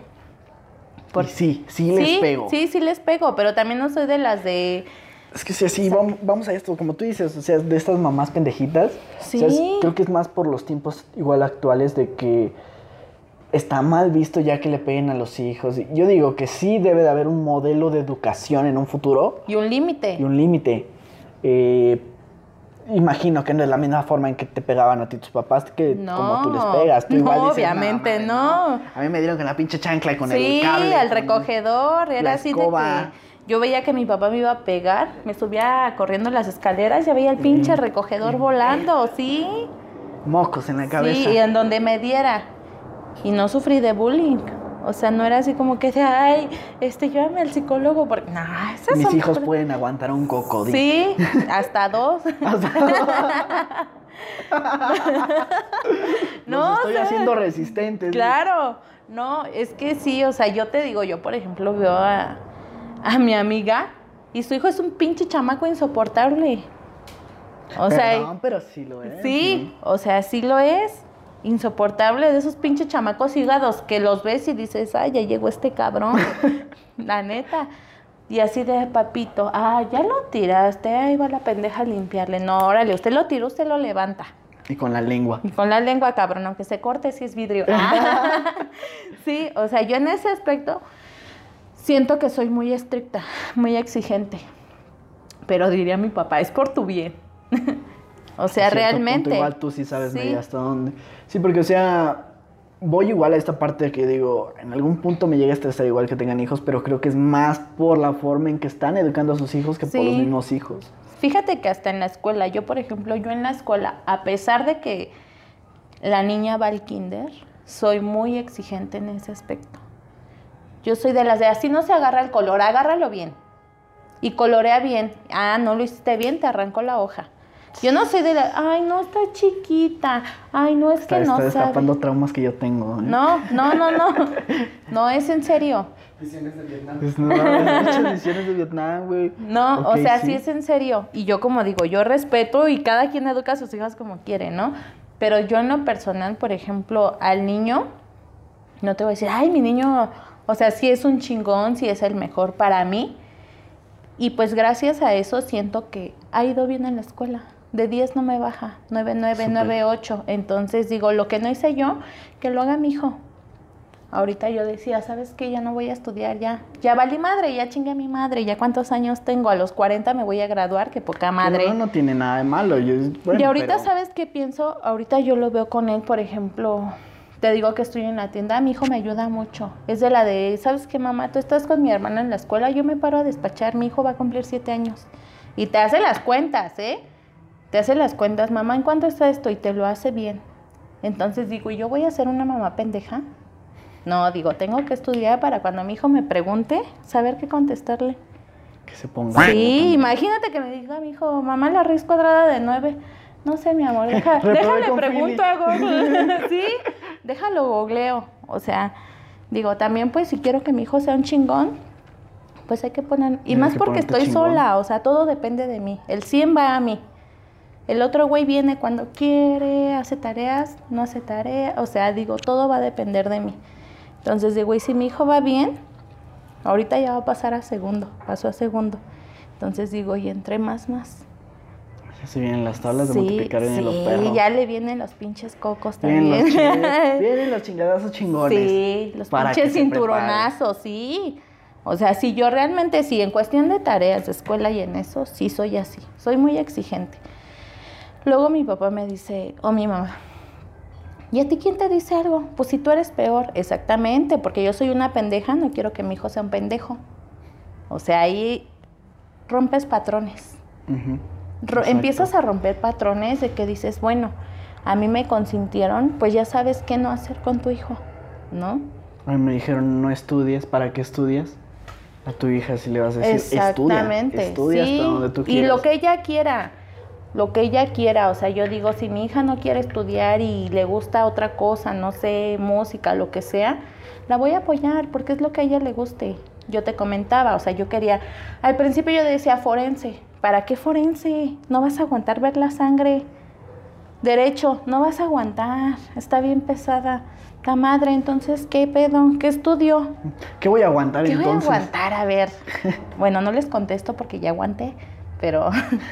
Y sí, sí les pego. Sí, sí les pego, pero también no soy de las de... Es que sí, sí, vamos, vamos a esto, como tú dices, o sea, de estas mamás pendejitas. Sí. O sea, es- creo que es más por los tiempos igual actuales de que está mal visto ya que le peguen a los hijos. Y yo digo que sí debe de haber un modelo de educación en un futuro Y un límite. y un límite. Eh, Imagino que no es la misma forma en que te pegaban a ti tus papás que No, como tú les pegas. Tú igual no, dices, obviamente mames, no. A mí me dieron con la pinche chancla y con Sí, el cable. al con recogedor, la era así de escoba. que yo veía que mi papá me iba a pegar, me subía corriendo las escaleras, ya veía el pinche recogedor volando, sí. Mocos en la cabeza. Sí, y en donde me diera. Y no sufrí de bullying. O sea, no era así como que, ay, este, llévame al psicólogo. Porque, no, esas Mis son hijos puras- pueden aguantar un cocodrilo. Sí, hasta dos. Los o estoy sea, haciendo resistentes. Claro, no, es que sí, o sea, yo te digo, yo por ejemplo veo a, a mi amiga y su hijo es un pinche chamaco insoportable. O sea, Perdón, pero sí lo es. sí, o sea, sí lo es. Insoportable de esos pinches chamacos hígados que los ves y dices, ay, ya llegó este cabrón. La neta. Y así de papito, ah, ya lo tiraste, ahí va la pendeja a limpiarle. No, órale, usted lo tira, usted lo levanta. Y con la lengua. Y con la lengua, cabrón, aunque se corte si es vidrio. Sí, o sea, yo en ese aspecto siento que soy muy estricta, muy exigente. Pero diría mi papá, es por tu bien. O sea, A cierto realmente. punto, igual tú sí sabes Sí. medio hasta dónde. Sí, porque, o sea, voy igual a esta parte de que digo, en algún punto me llega a estresar igual que tengan hijos, pero creo que es más por la forma en que están educando a sus hijos que por Sí. los mismos hijos. Fíjate que hasta en la escuela, yo por ejemplo, yo en la escuela, a pesar de que la niña va al kinder, soy muy exigente en ese aspecto. Yo soy de las de, así no se agarra el color, agárralo bien. Y colorea bien. Ah, no lo hiciste bien, te arrancó la hoja. Yo no soy de la, ay, no, está chiquita. Ay, no, es Está, que no está sabe. escapando traumas que yo tengo. ¿eh? No, no, no, no. No, es en serio. Visiones de Vietnam. Pues no, es muchas visiones de Vietnam, güey. No, Ok, o sea, sí. es en serio. Y yo como digo, yo respeto y cada quien educa a sus hijos como quiere, ¿no? Pero yo en lo personal, por ejemplo, al niño, no te voy a decir, ay, mi niño, o sea, sí es un chingón, sí es el mejor para mí. Y pues gracias a eso siento que ha ido bien en la escuela. De diez no me baja, nueve, nueve, Súper. nueve, ocho. Entonces digo, lo que no hice yo, que lo haga mi hijo. Ahorita yo decía, ¿sabes qué? Ya no voy a estudiar, ya. Ya valí madre, ya chingué a mi madre. ¿Ya cuántos años tengo? A los cuarenta me voy a graduar, qué poca madre. No, no tiene nada de malo. Yo, bueno, y ahorita, pero- ¿sabes qué pienso? Ahorita yo lo veo con él, por ejemplo, te digo que estoy en la tienda, mi hijo me ayuda mucho. Es de la de, ¿sabes qué, mamá? Tú estás con mi hermana en la escuela, yo me paro a despachar, mi hijo va a cumplir siete años. Y te hace las cuentas, ¿eh? Te hace las cuentas, mamá, ¿en cuánto está esto? Y te lo hace bien. Entonces digo, ¿y yo voy a ser una mamá pendeja? No, digo, tengo que estudiar para cuando mi hijo me pregunte, saber qué contestarle. Que se ponga. Sí, imagínate que me diga mi hijo, mamá, la raíz cuadrada de nueve. No sé, mi amor, deja, Reprobé déjale con pregunto Philly. a Google. Sí, déjalo googleo. O sea, digo, también pues si quiero que mi hijo sea un chingón, pues hay que poner... Y Tienes más que porque ponerte estoy chingón. sola, o sea, todo depende de mí. El cien va a mí. El otro güey viene cuando quiere, hace tareas, no hace tareas. O sea, digo, todo va a depender de mí. Entonces digo, y si mi hijo va bien, ahorita ya va a pasar a segundo, pasó a segundo. Entonces digo, y entre más, más. Ya se vienen las tablas de Sí, multiplicar en los sí, perros. ya le vienen los pinches cocos Vienen los, también. chingados- vienen los chingadazos chingones. Sí, los para que pinches se cinturonazos, sí. O sea, si yo realmente, sí, en cuestión de tareas de escuela y en eso, sí soy así. Soy muy exigente. Luego mi papá me dice, o mi mamá, ¿y a ti quién te dice algo? Pues si tú eres peor, exactamente, porque yo soy una pendeja, no quiero que mi hijo sea un pendejo. O sea, ahí rompes patrones. Ujú. Ro- Exacto. empiezas a romper patrones de que dices, bueno, a mí me consintieron, pues ya sabes qué no hacer con tu hijo, ¿no? A mí me dijeron, no estudies, ¿para qué estudias? A tu hija si le vas a decir, Exactamente. estudia, estudia sí. hasta donde tú Y quieras. lo que ella quiera, lo que ella quiera, o sea, yo digo, si mi hija no quiere estudiar y le gusta otra cosa, no sé, música, lo que sea, la voy a apoyar porque es lo que a ella le guste. Yo te comentaba, o sea, yo quería, al principio yo decía forense, ¿para qué forense? No vas a aguantar ver la sangre. Derecho, no vas a aguantar, está bien pesada. La madre, entonces, ¿qué pedo? ¿Qué estudio? ¿Qué voy a aguantar ¿Qué voy a entonces? aguantar? A ver. Bueno, no les contesto porque ya aguanté, pero,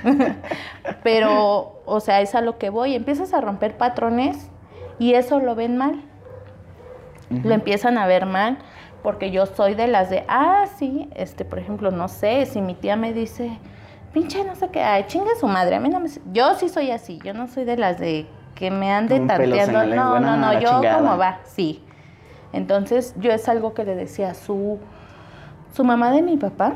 pero, o sea, es a lo que voy. Empiezas a romper patrones y eso lo ven mal. Ujú. Lo empiezan a ver mal porque yo soy de las de, ah, sí, este, por ejemplo, no sé, si mi tía me dice, pinche no sé qué, ay, chingue su madre, a mí no me... Yo sí soy así, yo no soy de las de que me ande Con pelos en tanteando. la lengua, No, no, no, no, la yo chingada. como va, sí. Entonces, yo es algo que le decía a su, su mamá de mi papá.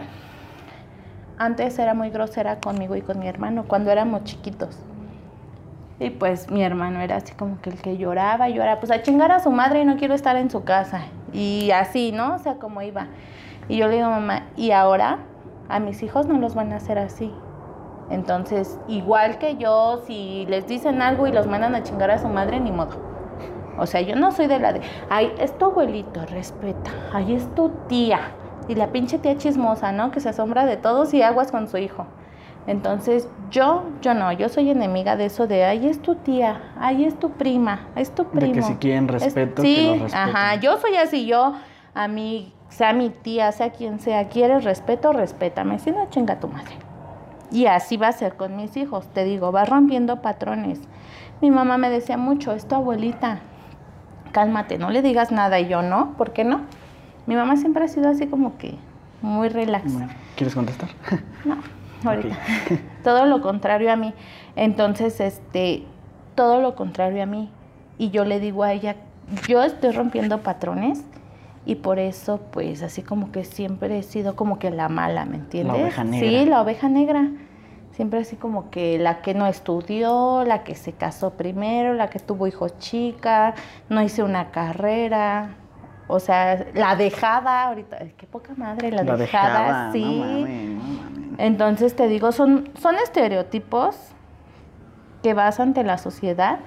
Antes era muy grosera conmigo y con mi hermano, cuando éramos chiquitos. Y pues mi hermano era así como que el que lloraba, lloraba, pues a chingar a su madre y no quiero estar en su casa. Y así, ¿no? O sea, como iba. Y yo le digo, mamá, y ahora a mis hijos no los van a hacer así. Entonces, igual que yo, si les dicen algo y los mandan a chingar a su madre, ni modo. O sea, yo no soy de la de, ay, es tu abuelito, respeta, ay, es tu tía. Y la pinche tía chismosa, ¿no? Que se asombra de todos y aguas con su hijo. Entonces, yo, yo no, yo soy enemiga de eso de, ay, es tu tía, ay, es tu prima, es tu primo. De que si quieren respeto, es, sí, que lo respeten. Ajá, yo soy así, yo, a mí, sea mi tía, sea quien sea, quieres respeto, respétame, si no, chinga tu madre. Y así va a ser con mis hijos, te digo, va rompiendo patrones. Mi mamá me decía mucho, es tu abuelita, cálmate, no le digas nada. Y yo, no, ¿por qué no? Mi mamá siempre ha sido así como que muy relax. Bueno, ¿quieres contestar? No, ahorita. Ok. Todo lo contrario a mí. Entonces, este, todo lo contrario a mí. Y yo le digo a ella, yo estoy rompiendo patrones y por eso, pues, así como que siempre he sido como que la mala, ¿me entiendes? La oveja negra. Sí, la oveja negra. Siempre así como que la que no estudió, la que se casó primero, la que tuvo hijos chica, no hice una carrera. O sea, la dejada, ahorita, ay, qué poca madre, la, La dejada, dejada, sí. no mames, no mames. Entonces te digo, son, son estereotipos que vas ante la sociedad,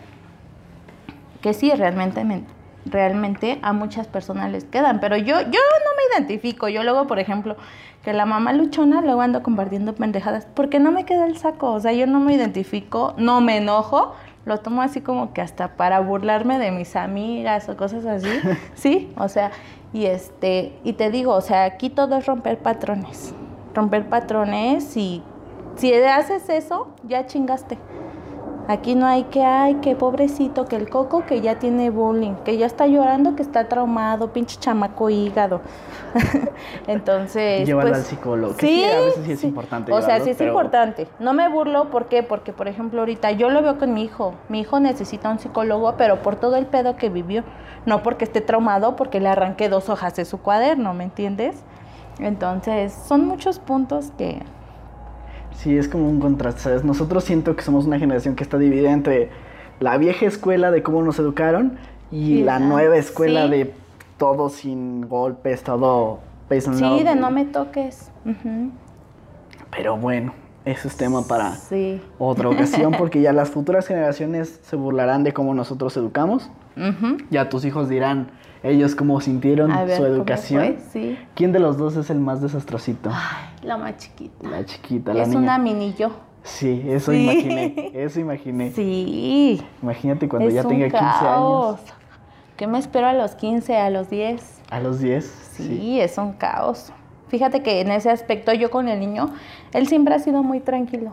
que sí, realmente, me- realmente a muchas personas les quedan, pero yo, yo no me identifico. Yo luego, por ejemplo, que la mamá luchona, luego ando compartiendo pendejadas, porque no me queda el saco, o sea, yo no me identifico, no me enojo, lo tomo así como que hasta para burlarme de mis amigas o cosas así, sí, o sea, y este, y te digo, o sea, aquí todo es romper patrones, romper patrones y si haces eso, ya chingaste. Aquí no hay que, ay, que pobrecito, que el coco que ya tiene bullying, que ya está llorando, que está traumado, pinche chamaco hígado. Entonces, Llévalo pues, al psicólogo, que sí, a veces sí es importante O sea, llevarlo, sí es pero- importante. No me burlo, ¿por qué? Porque, por ejemplo, ahorita yo lo veo con mi hijo. Mi hijo necesita un psicólogo, pero por todo el pedo que vivió. No porque esté traumado, porque le arranqué dos hojas de su cuaderno, ¿me entiendes? Entonces, son muchos puntos que... Sí, es como un contraste, ¿sabes? Nosotros siento que somos una generación que está dividida entre la vieja escuela de cómo nos educaron y Sí, la ah, nueva escuela sí. de todo sin golpes, todo peace and Sí, love. de no me toques. Ujú. Pero bueno, eso es tema para Sí. otra ocasión porque ya las futuras generaciones se burlarán de cómo nosotros educamos. Ujú. Ya tus hijos dirán ellos cómo sintieron A ver, su ¿cómo educación. fue? Sí. ¿Quién de los dos es el más desastrosito? Ay, la más chiquita. La chiquita, la Es niña. una mini yo. Sí, eso Sí. imaginé, eso imaginé. Sí. Imagínate cuando es ya un tenga quince caos. años. ¿Qué me espero a los quince, a los diez? A los diez. Sí, es un caos. Fíjate que en ese aspecto yo con el niño, él siempre ha sido muy tranquilo.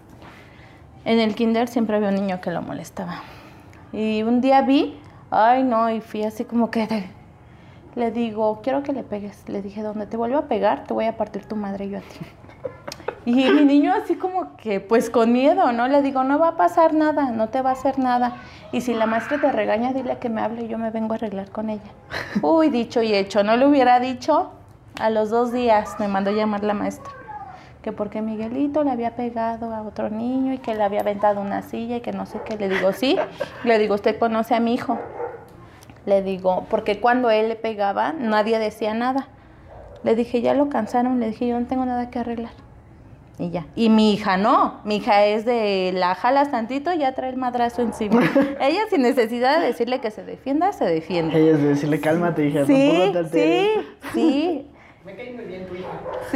En el kinder siempre había un niño que lo molestaba. Y un día vi, ay no, y fui así como que de- le digo, quiero que le pegues. Le dije, donde te vuelva a pegar, te voy a partir tu madre yo a ti. Y mi niño así como que, pues con miedo, ¿no? Le digo, no va a pasar nada, no te va a hacer nada. Y si la maestra te regaña, dile que me hable y yo me vengo a arreglar con ella. Uy, dicho y hecho, no le hubiera dicho, a los dos días me mandó llamar la maestra. Que porque Miguelito le había pegado a otro niño y que le había aventado una silla y que no sé qué. Le digo, sí. Le digo, usted conoce a mi hijo. Le digo, porque cuando él le pegaba, nadie decía nada. Le dije, ya lo cansaron. Le dije, yo no tengo nada que arreglar. Y ya. Y mi hija no. Mi hija es de la jalas tantito y ya trae el madrazo encima. Ella sin necesidad de decirle que se defienda, se defiende. Ella es de decirle cálmate, hija, Sí, tampoco te sí, alteres. sí. Me cae muy bien tu hija. Sí,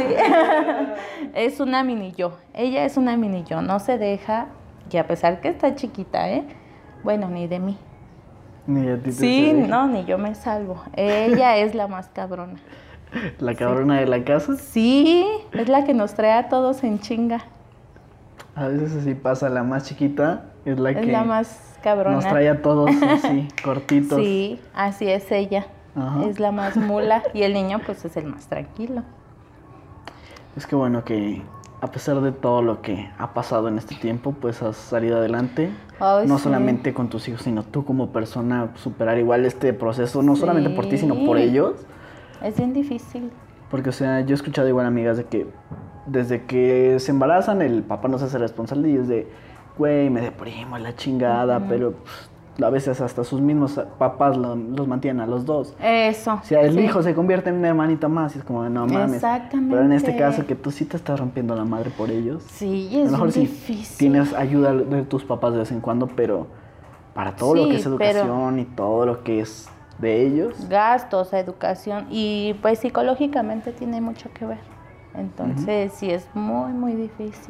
es una mini yo. Ella es una mini yo. No se deja, y a pesar que está chiquita, ¿eh? Bueno, ni de mí. Ni a ti te Sí, se deja. no, ni yo me salvo. Ella es la más cabrona. La cabrona de la casa. Sí, es la que nos trae a todos en chinga. A veces así pasa, la más chiquita es la Es que la más cabrona. nos trae a todos así, cortitos. Sí, así es ella. Ajá. Es la más mula y el niño pues es el más tranquilo. Es que bueno que a pesar de todo lo que ha pasado en este tiempo, pues has salido adelante. Ay, no sí. solamente con tus hijos, sino tú como persona, superar igual este proceso, no solamente por ti, sino por Sí. ellos. Es bien difícil. Porque, o sea, yo he escuchado igual amigas de que desde que se embarazan, el papá no se hace responsable y es de, güey, me deprimo, la chingada, Ujú. pero pues, a veces hasta sus mismos papás lo- los mantienen a los dos. Eso. O sea, el sí. hijo se convierte en un hermanito más y es como, no mames. Exactamente. Pero en este caso, que tú sí te estás rompiendo la madre por ellos. Sí, A es lo mejor sí difícil. tienes ayuda de tus papás de vez en cuando, pero para todo lo Sí, que es pero- educación y todo lo que es de ellos. Gastos, educación y pues psicológicamente tiene mucho que ver. Entonces sí es muy, muy difícil.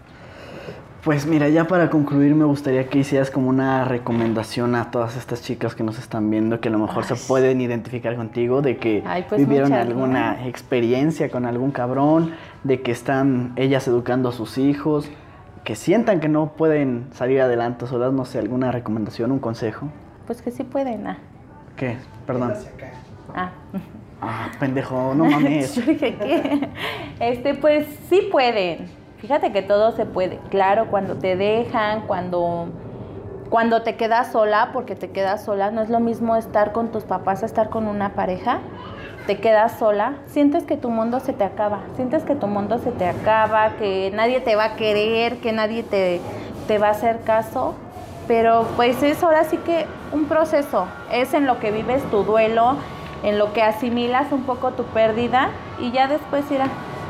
Pues mira, ya para concluir me gustaría que hicieras como una recomendación a todas estas chicas que nos están viendo, que a lo mejor se pueden identificar contigo, de que Ay, pues vivieron muchas, alguna ¿no? experiencia con algún cabrón, de que están ellas educando a sus hijos, que sientan que no pueden salir adelante solas, no sé, alguna recomendación, un consejo. Pues que sí pueden. Ah, ¿Qué? Perdón. Hacia acá. ah. Ah, pendejo, no mames. Yo dije que, este, pues sí pueden. Fíjate que todo se puede. Claro, cuando te dejan, cuando, cuando te quedas sola, porque te quedas sola, no es lo mismo estar con tus papás a estar con una pareja. Te quedas sola, sientes que tu mundo se te acaba, sientes que tu mundo se te acaba, que nadie te va a querer, que nadie te, te va a hacer caso. Pero pues es ahora sí que un proceso, es en lo que vives tu duelo, en lo que asimilas un poco tu pérdida y ya después irá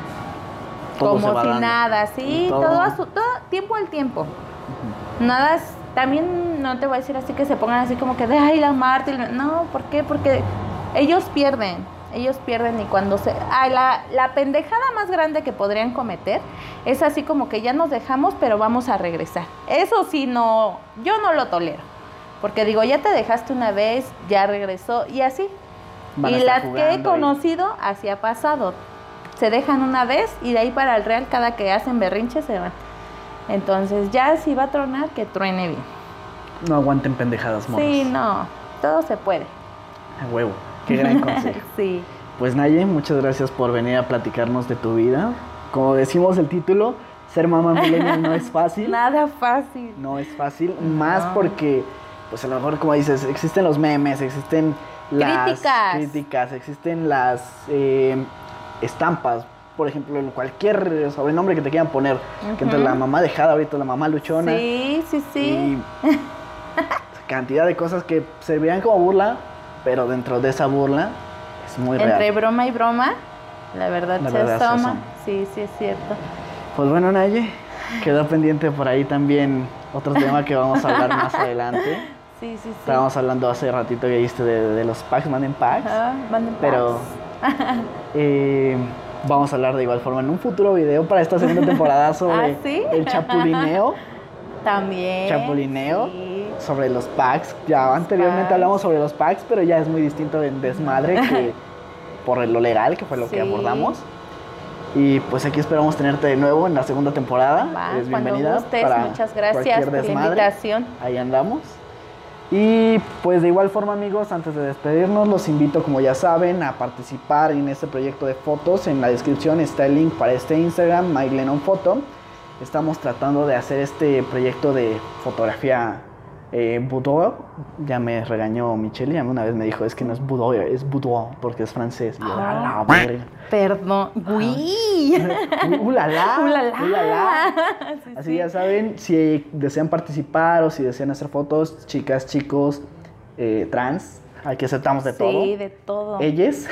Todo se como va si dando. nada, sí, Y todo- todo, a su, todo tiempo al tiempo. Nada es, también no te voy a decir así que se pongan así como que de ay la Marta, y la-". No, ¿por qué? Porque ellos pierden, ellos pierden y cuando se, ay, la, la pendejada más grande que podrían cometer es así como que ya nos dejamos pero vamos a regresar. Eso sí no, yo no lo tolero. Porque digo, ya te dejaste una vez, ya regresó y así. Van a Y estar las que he jugando y- conocido, así ha pasado. Se dejan una vez y de ahí para el real, cada que hacen berrinche se van. Entonces, ya si va a tronar, que truene bien. No aguanten pendejadas, morros. Sí, no, todo se puede. A huevo, qué gran consejo. Sí, Pues Naye, muchas gracias por venir a platicarnos de tu vida. Como decimos el título, ser mamá millennial no es fácil. nada fácil. No es fácil, más No. porque, pues a lo mejor como dices, existen los memes, existen las Críticas. críticas, existen las eh, estampas, por ejemplo, en cualquier sobrenombre que te quieran poner, que entre Ujú. la mamá dejada, ahorita la mamá luchona, Sí, sí, sí. y cantidad de cosas que servían como burla, pero dentro de esa burla es muy Entre real. broma y broma, la verdad La se verdad se asoma. asoma. Sí, sí, es cierto. Pues bueno, Naye, quedó pendiente por ahí también otro tema que vamos a hablar más adelante. Sí, sí, sí. Estábamos hablando hace ratito que viste de, de los packs, manden packs. Ajá, manden Pero packs. eh, vamos a hablar de igual forma en un futuro video para esta segunda temporada sobre ¿Ah, sí? el chapulineo. También. Chapulineo. Sí. Sobre los packs. Ya anteriormente packs. hablamos sobre los packs, pero ya es muy distinto del desmadre que por lo legal, que fue lo que Sí. abordamos. Y pues aquí esperamos tenerte de nuevo en la segunda temporada. Va, Eres cuando bienvenida. gustes, para muchas gracias cualquier por la desmadre. invitación. Ahí andamos. Y pues de igual forma, amigos, antes de despedirnos, los invito, como ya saben, a participar en este proyecto de fotos. En la descripción está el link para este Instagram, MyGlennonPhoto. Estamos tratando de hacer este proyecto de fotografía eh, boudoir. Ya me regañó Michelle, ya una vez me dijo, es que no es boudoir, es boudoir, porque es francés. Y yo, Ah. "A la verga". Perdón. Uy. Uh, la, la, Ulala. uh, la, la. Sí, Así sí. ya saben, si desean participar o si desean hacer fotos, chicas, chicos, eh, trans, aquí aceptamos de todo. Sí, de todo. Ellas.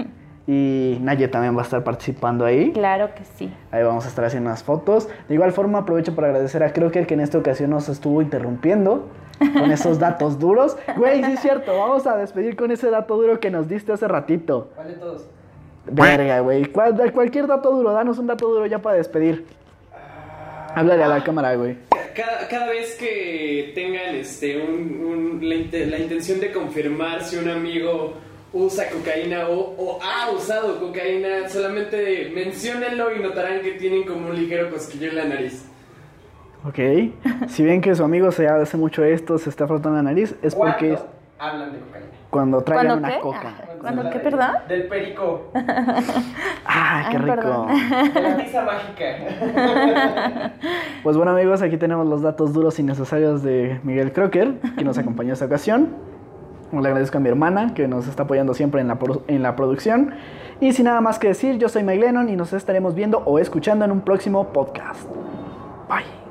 Y Naye también va a estar participando ahí. Claro que sí. Ahí vamos a estar haciendo unas fotos. De igual forma, aprovecho para agradecer a Crocker, que en esta ocasión nos estuvo interrumpiendo con esos datos duros. Güey, sí es cierto, vamos a despedir con ese dato duro que nos diste hace ratito. Vale todos. Verga, güey. Cual- da- cualquier dato duro, danos un dato duro ya para despedir. Háblale a la cámara, güey. Cada, cada vez que tengan este, un, un- la, inte- la intención de confirmar si un amigo usa cocaína o, o ha usado cocaína, solamente menciónenlo y notarán que tienen como un ligero cosquillo en la nariz. Ok. Si ven que su amigo se hace mucho esto, se está frotando la nariz, es porque es, hablan de cocaína. Cuando traigan ¿Cuándo una qué? coca. Ah, Cuando ¿Cuándo se qué, habla de- perdón? Del perico. ¡Ah, qué Ay, rico! perdón. De la tiza mágica. Pues bueno, amigos, aquí tenemos los datos duros y necesarios de Miguel Crocker, que nos acompañó esta ocasión. Le agradezco a mi hermana, que nos está apoyando siempre en la, pro- en la producción. Y sin nada más que decir, yo soy Mike Lennon y nos estaremos viendo o escuchando en un próximo podcast. Bye.